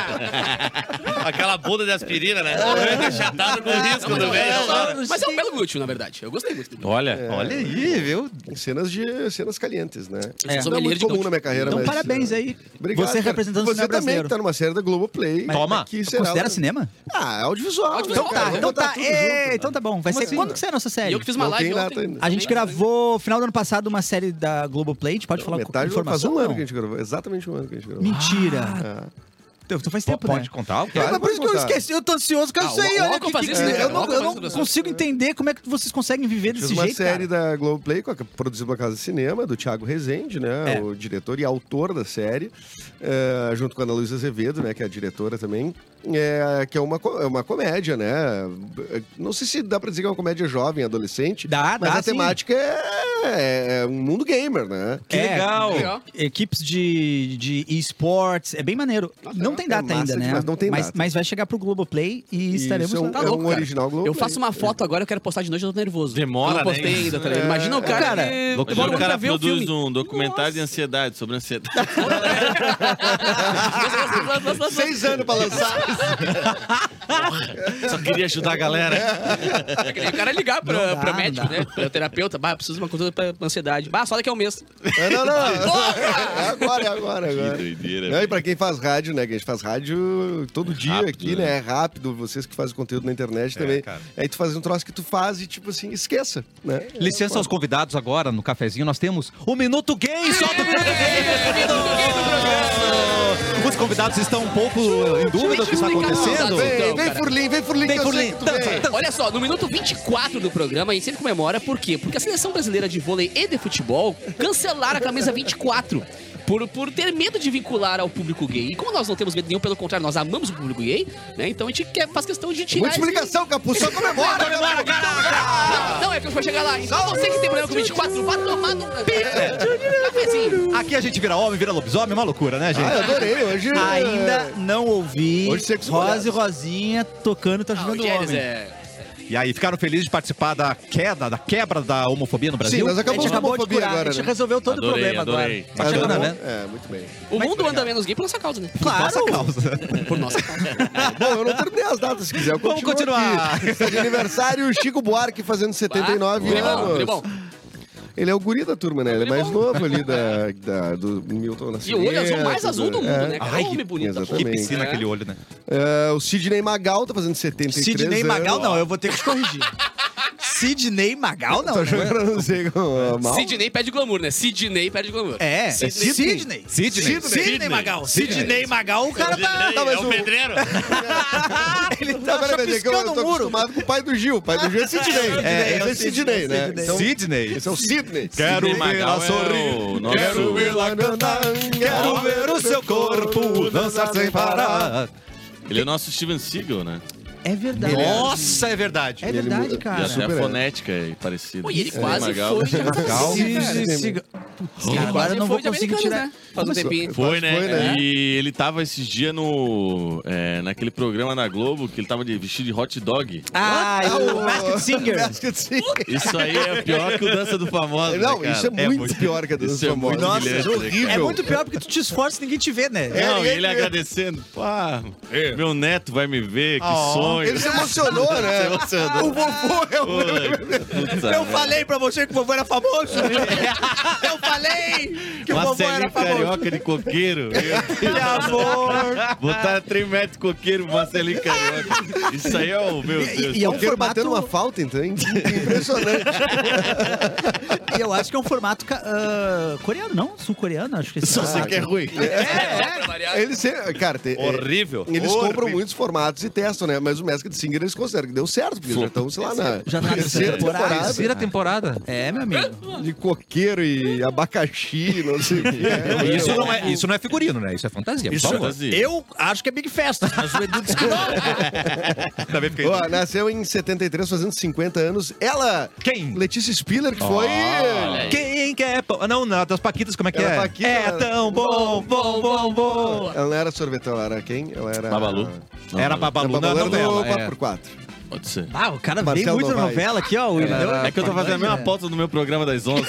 B: tá.
G: Aquela bunda de aspirina, né? Chatado com risco
D: Não, mas,
G: do velho.
D: é, mas é um belo glúteo, na verdade. Eu gostei muito.
F: Olha,
A: Olha aí, viu?
C: Cenas de cenas calientes, né?
D: É.
C: Não
D: Sou
C: é
D: sommelier
C: muito
D: de
C: comum
D: glúteo.
C: na minha carreira,
B: Então,
C: mas...
B: parabéns aí.
C: Obrigado,
B: Você
C: cara.
B: representando o
C: Você
B: cinema
C: também,
B: brasileiro.
C: que tá numa série da Globoplay.
A: Toma.
C: Que será,
B: Considera
C: né?
B: cinema?
C: Ah, é audiovisual.
D: Audiovisual,
C: né,
B: Então
C: cara?
B: tá,
C: Vamos
B: então
C: botar
B: tá.
C: tudo
B: Ê,
C: junto.
B: então tá bom. Vai
C: Como
B: ser
C: assim?
B: quando que sai a nossa série?
D: E eu que fiz uma
C: Não
D: live
C: tem data
D: ontem.
C: ainda.
B: A gente gravou, final do ano passado, uma série da Globoplay. A gente pode falar com
C: Metade do ano, faz
B: informação?
C: um
B: ou
C: ano
B: não?
C: que a gente gravou. Exatamente um ano que a gente gravou.
B: Mentira.
C: É.
B: Tu faz
A: P-
B: tempo,
A: Pode
B: né?
A: contar?
C: Claro.
B: É, mas por isso que eu
C: Pode contar.
B: esqueci, eu tô ansioso, que eu
D: Ah,
B: sei,
D: o
B: olha
D: Walker
B: que,
D: fazia
B: que-
D: isso, né?
B: eu não,
D: O Walker
B: eu não
D: fazia isso.
B: consigo entender como é que vocês conseguem viver desse
C: Fiz uma
B: jeito,
C: série
B: cara.
C: da Globoplay, com a- produzida pela Casa de Cinema, do Thiago Rezende, né?
B: É.
C: O diretor e autor da série, é, junto com a Ana Luísa Azevedo, né? Que é a diretora também. É, que é uma, co- é uma comédia, né? Não sei se dá pra dizer que é uma comédia jovem, adolescente.
B: Dá,
C: mas
B: dá,
C: a
B: sim.
C: temática é, é um mundo gamer, né?
A: Que
B: É,
A: legal.
D: Legal.
B: Equipes de, de esportes, é bem maneiro. Não tem
C: é
B: data
C: massa
B: ainda, né?
C: demais, não tem
B: mas,
C: data.
B: mas vai chegar pro Globoplay e estaremos
C: Isso é um,
B: lá.
D: Tá
C: é
D: louco,
C: um
D: cara.
C: original Globoplay.
D: Eu faço uma foto agora, eu quero postar de noite, eu tô nervoso.
F: Demora,
D: eu não postei
F: né?
D: ainda, tá ligado? Imagina o cara.
B: Cara,
D: que
F: Louco,
D: demora
F: o
D: muito
F: cara
D: pra ver o
F: produz
D: filme.
F: um documentário de ansiedade, sobre ansiedade.
C: Seis anos pra lançar.
F: Só queria ajudar a galera.
D: É que nem o cara ligar pra,
B: Não dá,
D: pra
B: não
D: médico,
B: dá.
D: né? Pra terapeuta. Bah, preciso de uma consulta pra ansiedade. Bah, só daqui a um mês.
C: É, não, não. É agora, é agora, é
F: Que
C: agora.
F: doideira.
C: Não, e pra quem faz rádio, né? Que a gente faz rádio todo dia
F: Rápido,
C: aqui,
F: né?
C: né? É rápido. Vocês que fazem conteúdo na internet também.
A: cara.
C: Aí tu faz um troço que tu faz e, tipo assim, esqueça, né?
A: Licença aos convidados agora, no cafezinho, nós temos o Minuto Gay! Solta o Minuto Gay! Os convidados estão um pouco em dúvida do que está acontecendo.
D: Vem,
C: Vem,
D: Então,
C: vem,
D: cara.
C: Furlim, vem, Furlim,
A: Vem,
C: que eu
A: Furlim.
C: sei que tu vem.
D: Olha só, no minuto vinte e quatro do programa, a gente sempre comemora por quê? Porque a seleção brasileira de vôlei e de futebol cancelaram a camisa vinte e quatro. Por, por ter medo de vincular ao público gay. E como nós não temos medo nenhum, pelo contrário, nós amamos o público gay, né? Então a gente quer, faz questão de tirar.
C: Muita explicação, Capu. Só comemora, comemora,
D: Não, não, é que eu vou chegar lá. Então você que tem problema com vinte e quatro, vá tomar no cafezinho.
A: Aqui a gente vira homem, vira lobisomem, é uma loucura, né, gente?
C: Ah, eu adorei. Hoje...
B: Ainda não ouvi
C: Hoje sexo
B: Rosa e
C: molhado.
B: Rosinha tocando Tá
D: Ah, o
B: Jogando
D: Gélis
B: Homem.
D: é...
A: E aí, ficaram felizes de participar da queda, da quebra da homofobia no Brasil?
C: Sim, nós
B: A
C: acabamos
B: gente
C: com a
B: acabou de
C: homofobia
B: curar,
C: agora,
B: a gente
C: né?
B: resolveu todo
F: Adorei,
B: o problema
F: adorei.
B: agora. Bacana,
C: Tá
B: né?
C: bom? É, muito bem.
D: O mundo anda menos gay por nossa causa, né?
B: Claro.
A: Nossa causa.
D: Por nossa causa.
C: Bom, eu não terminei as datas, se quiser. Eu
A: Vamos
C: continuo
A: continuar.
C: aqui. Está de aniversário, Chico Buarque fazendo setenta e nove
D: Guri bom,
C: anos.
D: guri bom.
C: Ele é o guri da turma, né? Ele é
D: Guri
C: mais
D: bom.
C: novo ali da, da- do Milton
D: E
C: Nascimento.
D: o olho azul mais azul do mundo,
C: é.
D: né? Cara,
A: Ai,
D: homem
A: que-
D: bonito. da
C: exatamente.
D: porra.
A: Que piscina
D: É.
A: aquele olho, né?
C: É, o Sidney Magal tá fazendo setenta e três
B: Sidney
C: anos.
B: Magal, não, eu vou ter que te corrigir. Sidney Magal, não.
C: Tô
B: não é?
C: jogando, não sei como. Mal.
D: Sidney pede glamour, né? Sidney pede glamour.
B: É,
C: Sidney.
B: Sidney.
A: Sidney.
B: Sidney Magal. Sidney Magal, o cara tá...
C: Tá, mas
F: É o
C: o-
F: pedreiro.
B: Ele
C: Não,
B: tá
C: peraí, peraí, é que eu, eu
B: chapiscando
C: tô
B: o muro.
C: acostumado com o pai do Gil. O pai do Gil é Sidney.
B: É,
C: esse
B: é
C: é
B: o
C: Sidney, né?
B: Sidney.
C: Então,
A: Sidney.
C: esse é o Sidney.
A: Quero
F: Sidney
A: ver ela
F: Magal é
A: sorrir.
F: o nosso-
A: Quero vê-la cantar. Quero ver o seu corpo dançar sem parar.
F: Ele é o nosso Steven Seagal, né?
B: É verdade.
A: Nossa, é verdade.
B: É verdade,
F: E
B: cara.
F: até
C: super
F: a
C: é.
F: fonética é parecida.
D: Pô, e ele
F: Sidney
D: quase
F: Magal.
D: foi.
C: Magal.
B: Sid- Siga- Putz, cara, agora
D: Quase
B: eu não vou
D: foi de
B: conseguir
D: Americanas,
B: tirar.
D: né? Faz um tempinho.
F: Foi, né?
C: Foi, né?
F: E ele tava esses dias no. é, naquele programa na Globo que ele tava de vestido de hot dog.
B: Ah, o Masked Singer.
C: Masked Singer.
F: Isso aí é pior que o Dança do Famoso.
C: Não,
F: né, cara?
C: isso é muito,
A: muito-
C: pior que a dança
F: Isso é muito
C: famosa.
F: humilhante,
C: é
F: né,
C: horrível.
B: É muito pior porque tu te esforça e ninguém te vê, né?
C: É,
F: Não, e
C: é,
F: ele
C: é.
F: agradecendo. Pá, meu neto vai me ver, que sonho.
C: Ele se emocionou, né? O vovô é o...
F: Puta,
B: Eu falei pra você que o vovô era famoso. Eu falei que o
F: Uma
B: vovô era
F: Marcelinho fica Carioca de coqueiro.
A: Que amor!
F: Botar três metros de coqueiro pro Marcelinho Carioca. Isso aí é o meu Deus.
B: E é um
C: Coqueiro
B: formato...
C: batendo uma falta, então. hein? Impressionante.
B: E eu acho que é um formato ca- ah, coreano, não? Sul-coreano, acho que é
F: Só você que é ruim.
C: Eles, se- cara, tem, é,
G: Horrível.
C: eles
A: Horrível.
C: compram muitos formatos e testam, né? Mas o Masked Singer eles consideram que deu certo, porque já estamos, sei lá, na
B: Já tá na
C: terceira
B: temporada.
C: temporada.
A: Terceira temporada.
B: É, meu amigo.
C: De coqueiro e abacaxi, não sei o que. É,
A: Isso não, é, isso não é figurino, né? Isso é fantasia.
B: Isso,
A: por favor.
B: eu acho que é Big Festa, mas o Edu disse que não.
A: Também fiquei...
C: Ó, nasceu em setenta e três, fazendo cinquenta anos. Ela,
A: Quem?
C: Letícia Spiller, que foi...
A: Quem quer pão? Não, não, das Paquitas, como é que
C: Era
A: é?
C: Paquita.
A: É tão bom, bom, bom, bom.
C: Ela não era sorvetão, ela era quem? Ela era...
F: Babalu.
A: Era Babalu
C: Era
A: na
C: Babalu era do
A: novela.
C: quatro
A: é.
C: por quatro.
F: Pode ser.
B: Ah, o cara
C: Marcelo
B: veio muito na
C: Novaes.
B: novela aqui, ó. O Irineu.
F: É que eu tô fazendo a mesma pauta do meu programa das onze.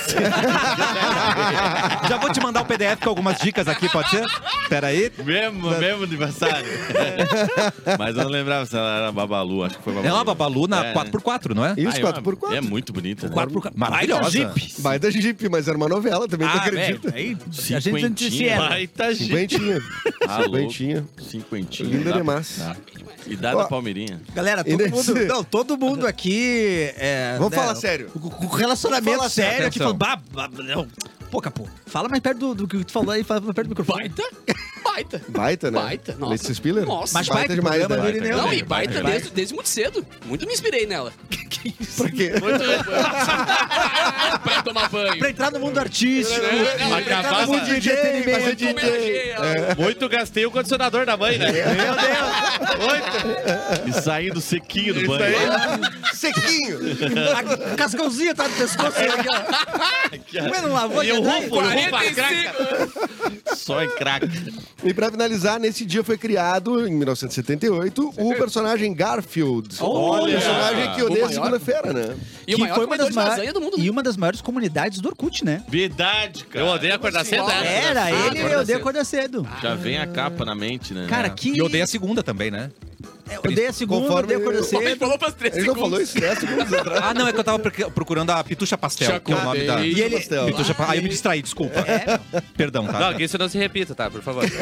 A: Já vou te mandar o P D F com algumas dicas aqui, pode ser? Pera aí.
F: mesmo, mesmo aniversário. Mas eu não lembrava se ela era Babalu, acho que foi Babalu.
A: Ela, Babalu, na
F: É.
A: quatro por quatro, não é?
C: Isso,
F: Ah,
C: quatro por quatro.
F: É muito bonita. Né?
B: quatro por quatro.
A: Maravilhosa.
B: Baita Jeep.
C: Baita Jeep, mas era uma novela também, tu
B: Ah,
C: acredita?
B: velho, aí a gente não disse era.
F: Baita gente.
C: Cinquentinha.
F: Ah, louco.
C: Cinquentinha.
F: Cinquentinha.
C: Linda
F: Dá-
C: demais.
F: dá. E dá
C: Ó,
F: da Palmeirinha.
B: Galera,
C: E
B: todo
C: nesse-
B: mundo, não, todo mundo aqui... É,
C: Vamos
B: né,
C: falar sério.
B: Com com relacionamento
C: Vamos falar
B: sério
C: sério,
B: aqui,
A: atenção.
B: falando... Bah, bah, não. Pô, capô, fala mais perto do, do que tu falou aí, fala mais perto do microfone.
D: Baita? Baita.
C: Baita, né?
D: Baita, nossa.
C: Letícia Spiller?
D: Nossa.
B: Mas
C: Baita
B: baita
C: demais,
B: programa
C: né?
B: do Irineu.
D: Não,
B: né?
D: e baita desde, desde muito cedo. Muito me inspirei nela.
C: Por quê?
D: Muito. pra tomar banho.
B: Pra entrar no mundo artístico,
D: É,
B: pra entrar
F: acabava-
B: no mundo de
C: fazer
B: entretenimento.
C: D J.
D: Homenageei ela.
G: Muito gastei o condicionador da mãe, né?
B: Meu Deus.
F: E saindo sequinho do banho.
C: Sequinho!
B: A cascãozinha tá no pescoço aqui, ó. Mas não lavou,
G: E o
B: já tá aí?
G: rufo, o rufo, a
D: quarenta e
G: craca.
F: Só em crack.
C: E pra finalizar, nesse dia foi criado, em mil novecentos e setenta e oito, o personagem Garfield.
B: Olha!
C: Personagem que
D: O
C: odeia
D: maior.
C: segunda-feira, né?
D: E o
B: Que
D: maior
B: foi uma
D: comedor
B: das
D: de
B: maiores
D: lasanha do mundo, né?
B: e uma das maiores comunidades do Orkut, né?
F: Verdade, cara.
G: Eu odeio acordar cedo, né?
B: Era, ele e
F: acorda
B: eu odeio
F: cedo.
B: acordar cedo.
F: Já vem a capa na mente, né?
B: Cara, que...
A: E odeia a segunda também, né?
B: Eu odeio a segunda,
C: Conforme-
B: odeio acordar
D: Ele
B: cedo.
D: falou pras três
C: Ele não
D: segundos.
C: falou isso dez segundos atrás.
A: Ah, não, é que eu tava proc- procurando a Pitucha Pastel, que é o nome da...
D: E
B: ele-
A: Pitucha Pa- Aí eu me distraí, desculpa. Perdão, tá?
G: Não, que isso não se repita, tá? Por favor.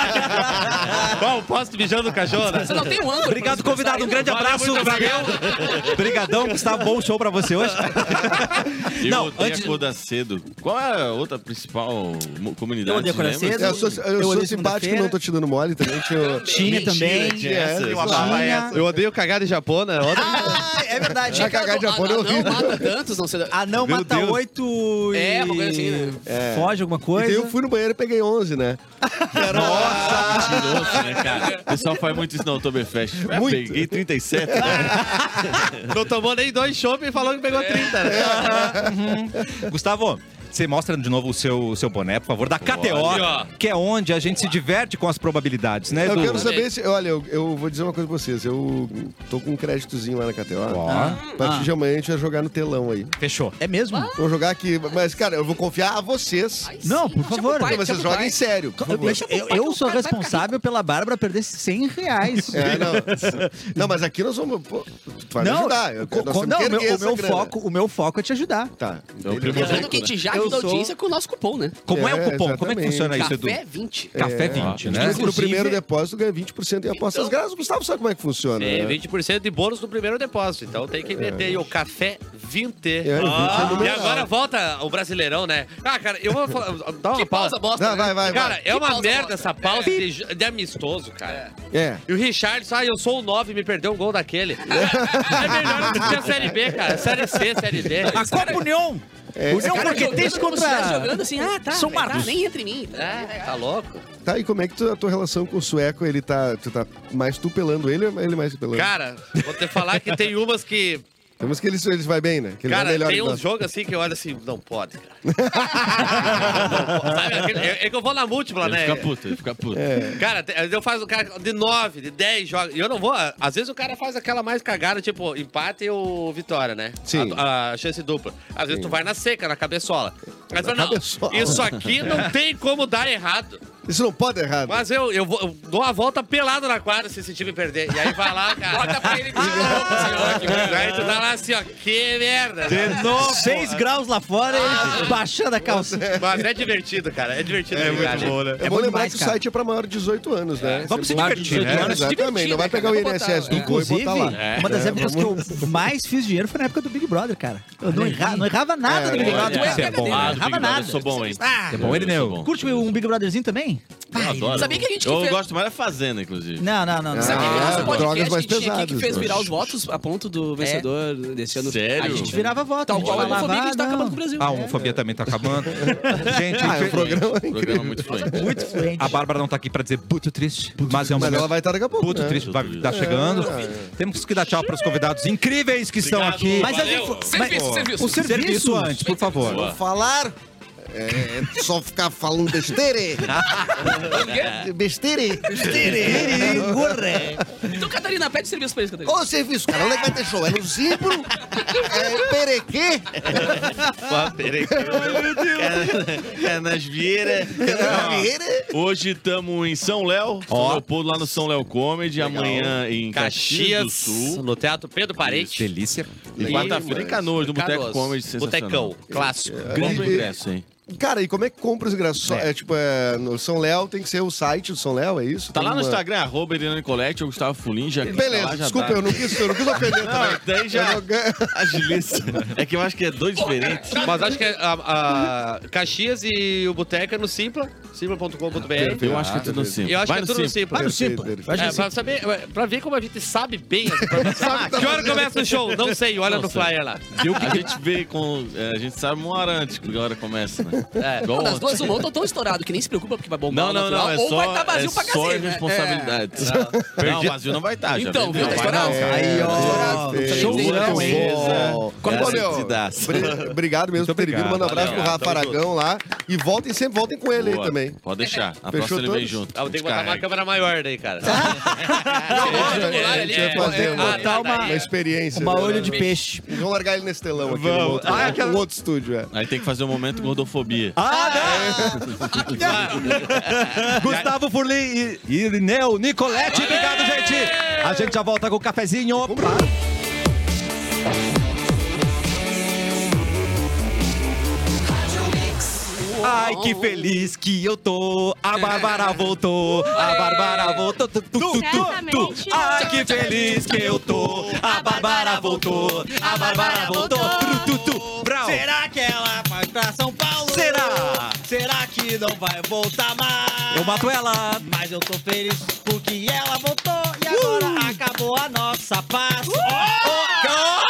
G: Bom, posso mijando no cachorro, né?
D: Você não tem um ângulo.
A: Obrigado,
D: pra
A: convidado. Um
D: sair,
A: grande
D: não.
A: abraço.
G: muito
A: Valeu. Obrigadão, Gustavo. Bom show pra você hoje.
F: Eu
A: Não,
F: odeio
A: antes-
F: acordar cedo. Qual é a outra principal mo- comunidade?
B: Eu odeio acordar
F: lembra?
B: cedo.
C: Eu sou, eu
B: Eu
C: sou
B: odeio
C: simpático,
B: segunda-feira.
C: não tô te dando mole também. Tinha...
B: Tinha também.
F: tinha essa.
C: É,
F: Eu
B: Tinha.
G: Eu odeio cagada em Japão, né? Outra-
B: Ah, é verdade.
C: A cagar de
D: Ah,
C: Japão é
D: não,
C: horrível.
D: não mata tantos, não sei.
B: Ah, não,
A: Meu
B: mata
A: Deus.
B: oito e...
D: É, uma coisa assim, né?
B: Foge alguma
C: E
B: coisa.
C: daí eu fui no banheiro e peguei onze, né?
F: Mentiroso, né, cara? O pessoal faz muito isso no Oktoberfest. Eu
C: Muito.
F: peguei trinta e sete, né?
G: Não tomou nem dois chopp e falou que pegou trinta. né?
A: Gustavo, você mostra de novo o seu, o seu boné, por favor, da K T O,
G: Olha.
A: que é onde a gente se diverte com as probabilidades, né,
C: Eu
A: Edu?
C: quero saber se... Olha, eu, eu vou dizer uma coisa pra vocês. Eu tô com um créditozinho lá na K T O.
A: Ó,
C: A partir de amanhã a gente vai jogar no telão aí.
A: fechou.
B: É mesmo?
C: Vamos jogar aqui. Mas, cara, eu vou confiar a vocês.
B: Não, por
D: Deixa
B: favor.
D: pro pai,
C: Que vocês
D: deixa pro
C: joguem
D: pai.
C: sério, por favor.
B: Eu, eu sou responsável pela Bárbara perder cem reais.
C: É, não. Não, mas aqui nós vamos... Pô, tu vai me
B: Não,
C: ajudar. Eu,
B: co-
C: nós
B: co-
C: temos
B: não,
C: que
B: o meu,
C: erguer
B: o
C: essa
B: meu
C: grana.
B: foco, o meu foco é te ajudar.
C: Tá.
F: Então, o
C: beleza.
F: primeiro
D: Lembrando que a gente já
B: Eu
D: ajuda a
B: sou-
D: audiência com o nosso cupom, né?
A: Como é, o
C: É,
A: cupom? Como é que
C: exatamente.
A: funciona isso, Edu?
D: Café vinte.
A: Café vinte, né?
C: No
B: Inclusive-
C: primeiro depósito ganha vinte por cento em apostas grátis. O Gustavo sabe como é que funciona.
G: É,
C: né?
G: vinte por cento de bônus no primeiro depósito. Então tem que meter aí o café vinte.
C: É, vinte é
G: e
C: numeral.
G: agora volta o Brasileirão, né? Ah, cara, eu vou falar. Dá uma
D: Que pausa bosta,
C: Não,
D: né?
C: vai, vai,
G: Cara,
C: vai.
G: é uma
D: pausa
G: merda
D: bosta.
G: essa pausa de, de amistoso, cara.
C: É.
G: E o Richardson, ah, eu sou o nove, me perdeu um gol daquele. É melhor do que a Série B, cara. Série C, Série D.
B: A Copa União. União
D: Cara,
B: Marquetense
D: jogando, como se estivesse
B: contra...
D: jogando assim, ah, tá,
B: São
D: vai, tá,
B: Marcos.
D: nem entre mim.
G: É, tá louco.
C: Tá, e como é que tu, a tua relação com o sueco, ele tá... Tu tá mais tu pelando ele ou ele mais tu pelando?
G: Cara, vou te falar que tem umas que...
C: Temos que eles, eles vai bem, né? Que ele
G: Cara,
C: vai melhor
G: tem
C: que
G: uns
C: nós.
G: jogos assim que eu olho assim, não pode, cara. Não pode. Sabe, aquele- é, é que eu vou na múltipla,
F: Ele
G: né?
F: fica puto, ele fica puto.
G: Cara, te- eu faço o cara de nove, de dez jogos. E eu não vou. Às vezes o cara faz aquela mais cagada, tipo, empate ou vitória, né?
C: Sim.
G: A, a chance dupla. Às vezes tu vai na seca, na cabeçola. Mas tu fala, não,
C: cabeçola.
G: isso aqui não tem como dar errado.
C: Isso não pode errar.
G: Mas eu, eu, vou, eu dou uma volta pelado na quadra se esse time perder. E aí vai lá, cara.
D: Bota pra ele de novo,
G: Ó, que merda. Aí tu tá lá assim, ó, que merda.
A: De novo.
B: Seis graus lá fora e baixando a calça.
G: Mas é divertido, cara. É divertido.
A: É
G: brincar,
A: muito
G: né?
A: bom, né?
C: É,
B: É
C: bom
B: bom
C: lembrar
B: demais,
C: que o
B: cara.
C: site é pra maior de dezoito anos, né?
A: Vamos se
C: Sempre-
A: divertir, né?
B: anos.
C: Exatamente, não vai pegar o I N S S do gol e
B: Inclusive,
C: botar lá.
B: uma das
C: É,
B: épocas que eu mais fiz dinheiro foi na época do Big Brother, cara. Eu não, erra, não errava nada
C: É,
B: do Big
C: olha,
B: Brother.
D: Tu é
B: cara.
A: é bom.
B: Não
F: Ah, do
B: errava
F: Big Brother
B: nada.
F: eu sou bom, hein?
B: Ah,
A: É bom, ele
F: Eu sou
A: não.
F: bom.
B: curte um Big Brotherzinho também?
F: Eu adoro.
D: Sabia que a gente que
F: Eu
D: fez...
F: gosto mais da Fazenda, inclusive.
B: Não, não, não. não.
D: Sabia que
C: Ah,
D: o nosso
C: drogas
D: podcast
C: mais
D: que tinha aqui que
C: pesadas,
D: fez
C: né?
D: virar os votos a ponto do vencedor desse ano?
F: Sério?
D: A
B: A
D: gente
B: gente virava voto.
D: Tal
B: a gente
D: qual a
B: falava,
D: homofobia que a gente tá
B: não.
D: acabando com o Brasil.
A: A homofobia também tá acabando. Gente,
C: Ah, é um
A: infe-
C: programa
F: Programa
C: incrível.
F: muito fluente.
B: Muito fluente.
A: a Bárbara não tá aqui pra dizer puto triste, mas é um
C: Mas ela
A: momento
C: vai estar daqui a pouco,
A: puto
C: né?
A: triste, vai estar chegando. Temos que dar tchau para os convidados incríveis que estão
F: Obrigado.
A: aqui.
B: Mas as
F: Valeu.
B: info-
D: Serviço,
B: mas-
D: serviço.
B: O serviço.
A: Serviço antes, por favor.
F: Boa.
C: Falar é só ficar falando besteira. Besteira. Besteira. Gorre.
D: Então, Catarina, pede serviço pra eles, Catarina.
C: Ô, serviço, cara, onde é que vai ter show? É no Zimbro? É Perequê?
F: Pô, peraí. É, é nas Vieiras.
C: É Vieira?
F: Hoje estamos em São Léo, São
A: Ó.
F: Leopoldo, lá no São Léo Comedy. Amanhã em Caxias do
G: Caxias,
F: Sul.
G: no Teatro Pedro Parente.
A: Delícia.
F: E quarta-feira em Canoas, no Boteco
G: Canoas.
F: Comedy. Sensacional.
G: Botecão, clássico.
F: Grande ingresso, hein?
C: Cara, e como é que compra os ingressos? Só- É. tipo, é, no São Léo tem que ser o site do São Léo, é isso?
F: Tá
C: Tem
F: lá no
C: uma-
F: Instagram, arroba Irina Nicolete, ou Gustavo Fulim, já
C: Beleza,
F: lá já
C: desculpa,
F: dá.
C: eu não quis, eu não quis ofender
F: Não,
C: também.
F: daí já
C: Eu não ganho-
F: agiliza. É que eu acho que é dois diferentes.
G: Mas acho que é a, a Caxias e o Boteco é no Simpla, simpla ponto com ponto b r.
F: Eu acho que é tudo no Simpla.
G: Eu acho
F: Vai
G: que é tudo no Simpla.
B: Vai no Simpla.
C: Perfeito,
B: Vai no
G: É, pra, saber, pra ver como a gente sabe bem as informações. Que hora começa o show? Não sei, olha
F: Não
G: no
F: sei.
G: flyer lá.
F: A gente vê com. é, A gente sabe uma hora antes que a hora começa, né?
G: É.
F: Igual
D: Das
F: ontem.
D: duas, uma ou tão tão estourado que nem se preocupa porque vai bombar
F: Não,
D: o
F: não,
D: natural,
F: não, é
D: ou
F: só,
D: vai estar vazio
F: é
D: pra
F: só
D: cacete, né?
F: responsabilidade. Não, vazio não vai estar, já
D: Então,
F: vê,
D: viu? Tá
F: vai
D: estourado.
F: não.
C: Aí, ó.
F: Perfeito.
C: Showzão, hein?
F: Beleza.
C: Como
F: Essa
C: meu,
F: se dá-se.
C: bri- Obrigado mesmo
A: Muito
C: por ter vindo. Manda um abraço
F: Valeu.
C: pro Rafa
F: Tamo
C: Aragão lá. E voltem sempre, voltem com ele aí
F: Boa.
C: também.
F: Pode deixar. A
C: Fechou
F: próxima ele vem
C: todos?
F: junto.
G: Ah, eu tenho que botar uma
F: Descarrega.
G: câmera maior daí, cara.
C: A gente vai fazer uma,
B: botar uma-
C: uma experiência.
B: Uma
C: né?
B: olho de peixe.
C: Vamos largar ele nesse telão aqui.
A: Vamos.
C: No outro,
A: Ah, aquela-
C: no outro estúdio, é.
F: Aí tem que fazer um momento gordofobia.
A: Gustavo Furlim e Irineu Nicolete. Obrigado, gente. A gente já volta com o cafezinho. Ai, que feliz que eu tô. A Bárbara voltou. A Bárbara voltou. Tu, tu, tu, tu, tu.
I: Certamente.
A: Ai, que feliz que eu tô. A Bárbara voltou. A Bárbara voltou. Tu, tu, tu. Brau.
B: Será que ela vai pra São Paulo?
A: Será?
B: Será que não vai voltar mais?
A: Eu mato ela.
B: Mas eu tô feliz porque ela voltou e agora acabou a nossa paz. Oh,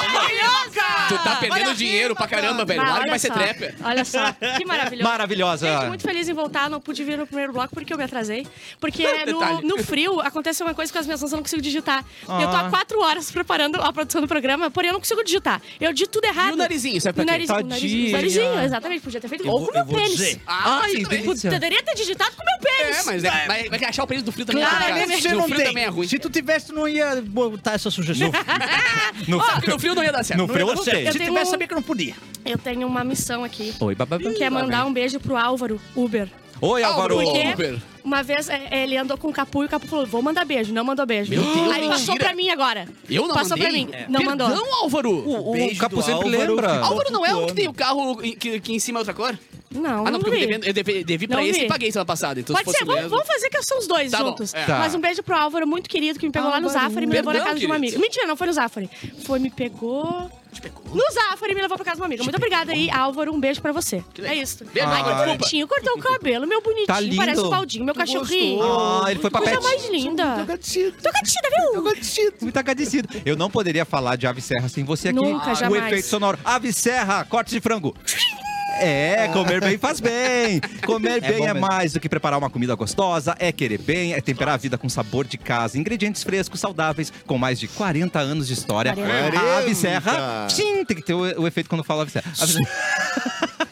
D: Tu tá perdendo dinheiro pra caramba, velho.
I: Bah,
D: Larga
I: olha
D: vai ser
I: só.
D: trapper.
I: Olha só, que maravilhoso.
A: Maravilhosa.
I: Gente, muito feliz em voltar. Não pude vir no primeiro bloco porque eu me atrasei. Porque no,
D: Detalhe.
I: no frio acontece uma coisa com as minhas mãos, eu não consigo digitar.
A: Ah.
I: Eu tô há quatro horas preparando a produção do programa, porém eu não consigo digitar. Eu digito tudo errado.
D: E o narizinho, serve pra
I: o
D: quê?
I: narizinho, o narizinho, o
A: Tadinha.
I: narizinho, exatamente. Podia ter feito
B: Eu
I: ou
B: vou-
I: com o
B: eu
I: meu
B: vou
I: pênis.
B: dizer.
D: Ai,
I: Eu
A: delícia.
I: Poderia ter digitado com o meu pênis.
D: É, mas é, vai, vai que achar o período do frio também. é complicado.
B: Claramente você
D: No
B: não
D: frio
B: tem.
D: também é ruim.
B: Se tu tivesse, tu não ia botar essa sugestão.
A: No,
D: Sabe que no frio não ia dar certo.
A: no frio eu não sei.
I: Eu
B: Se
I: tenho
B: tivesse,
I: um-
B: sabia que não podia.
I: Eu tenho uma missão aqui.
A: Oi, babá.
I: Que é mandar um beijo pro Álvaro Uber.
A: Oi, Álvaro.
I: Por quê?
D: Uber.
I: Uma vez é, ele andou com o Capu e o Capu falou, vou mandar beijo. Não mandou beijo.
D: Meu Deus,
I: Aí passou
D: mentira.
I: pra mim agora.
D: Eu não
I: Passou
D: mandei?
I: pra mim. Não mandou.
D: Perdão, Álvaro.
A: O, o
B: beijo
A: Capu
B: do
A: sempre
B: Álvaro
A: lembra.
B: ficou-
D: Álvaro não é o que
B: flutuando.
D: tem o carro em- que, que em cima é outra cor?
I: Não,
D: Ah, não,
I: não
D: porque eu
I: vi.
D: devi, eu devi, devi pra
I: Não
D: esse
I: vi.
D: e paguei semana passada. Então,
I: Pode
D: se
I: ser,
D: fosse
I: vamos,
D: mesmo...
I: vamos fazer que são os dois
D: Tá bom,
I: juntos.
D: é.
A: Tá.
I: Mas um beijo pro Álvaro, muito querido, que me pegou lá no
B: Álvaro,
I: Zafari e me levou na
D: perdão,
I: casa de uma
D: querido.
I: amiga. Mentira, não foi no Zafari. Foi, me pegou... No Zafari e me levou pra casa de uma amiga. Muito obrigada aí, Álvaro. Um beijo pra você. É isso.
D: Beijo,
I: Ai,
D: Álvaro,
I: que
D: desculpa.
I: bonitinho. Cortou o cabelo, meu bonitinho.
A: Tá lindo.
I: Parece o Baldinho, meu cachorrinho.
A: Ah, ele foi pra
I: Coisa
A: pet.
I: mais linda.
C: Agradecido.
I: Tô gatida, viu?
C: Agradecido.
A: Muito agradecido. Eu não poderia falar de Ave Serra sem você aqui.
I: Nunca,
A: O
I: jamais.
A: efeito sonoro. Ave Serra, corte de frango. É, comer bem faz bem. Comer bem
B: bom
A: é
B: mesmo.
A: mais do que preparar uma comida gostosa, é querer bem, é temperar a vida com sabor de casa. Ingredientes frescos, saudáveis, com mais de quarenta anos de história.
I: quarenta.
A: A Ave Serra, sim, tem que ter o, o efeito quando fala Ave Serra. Ave Serra.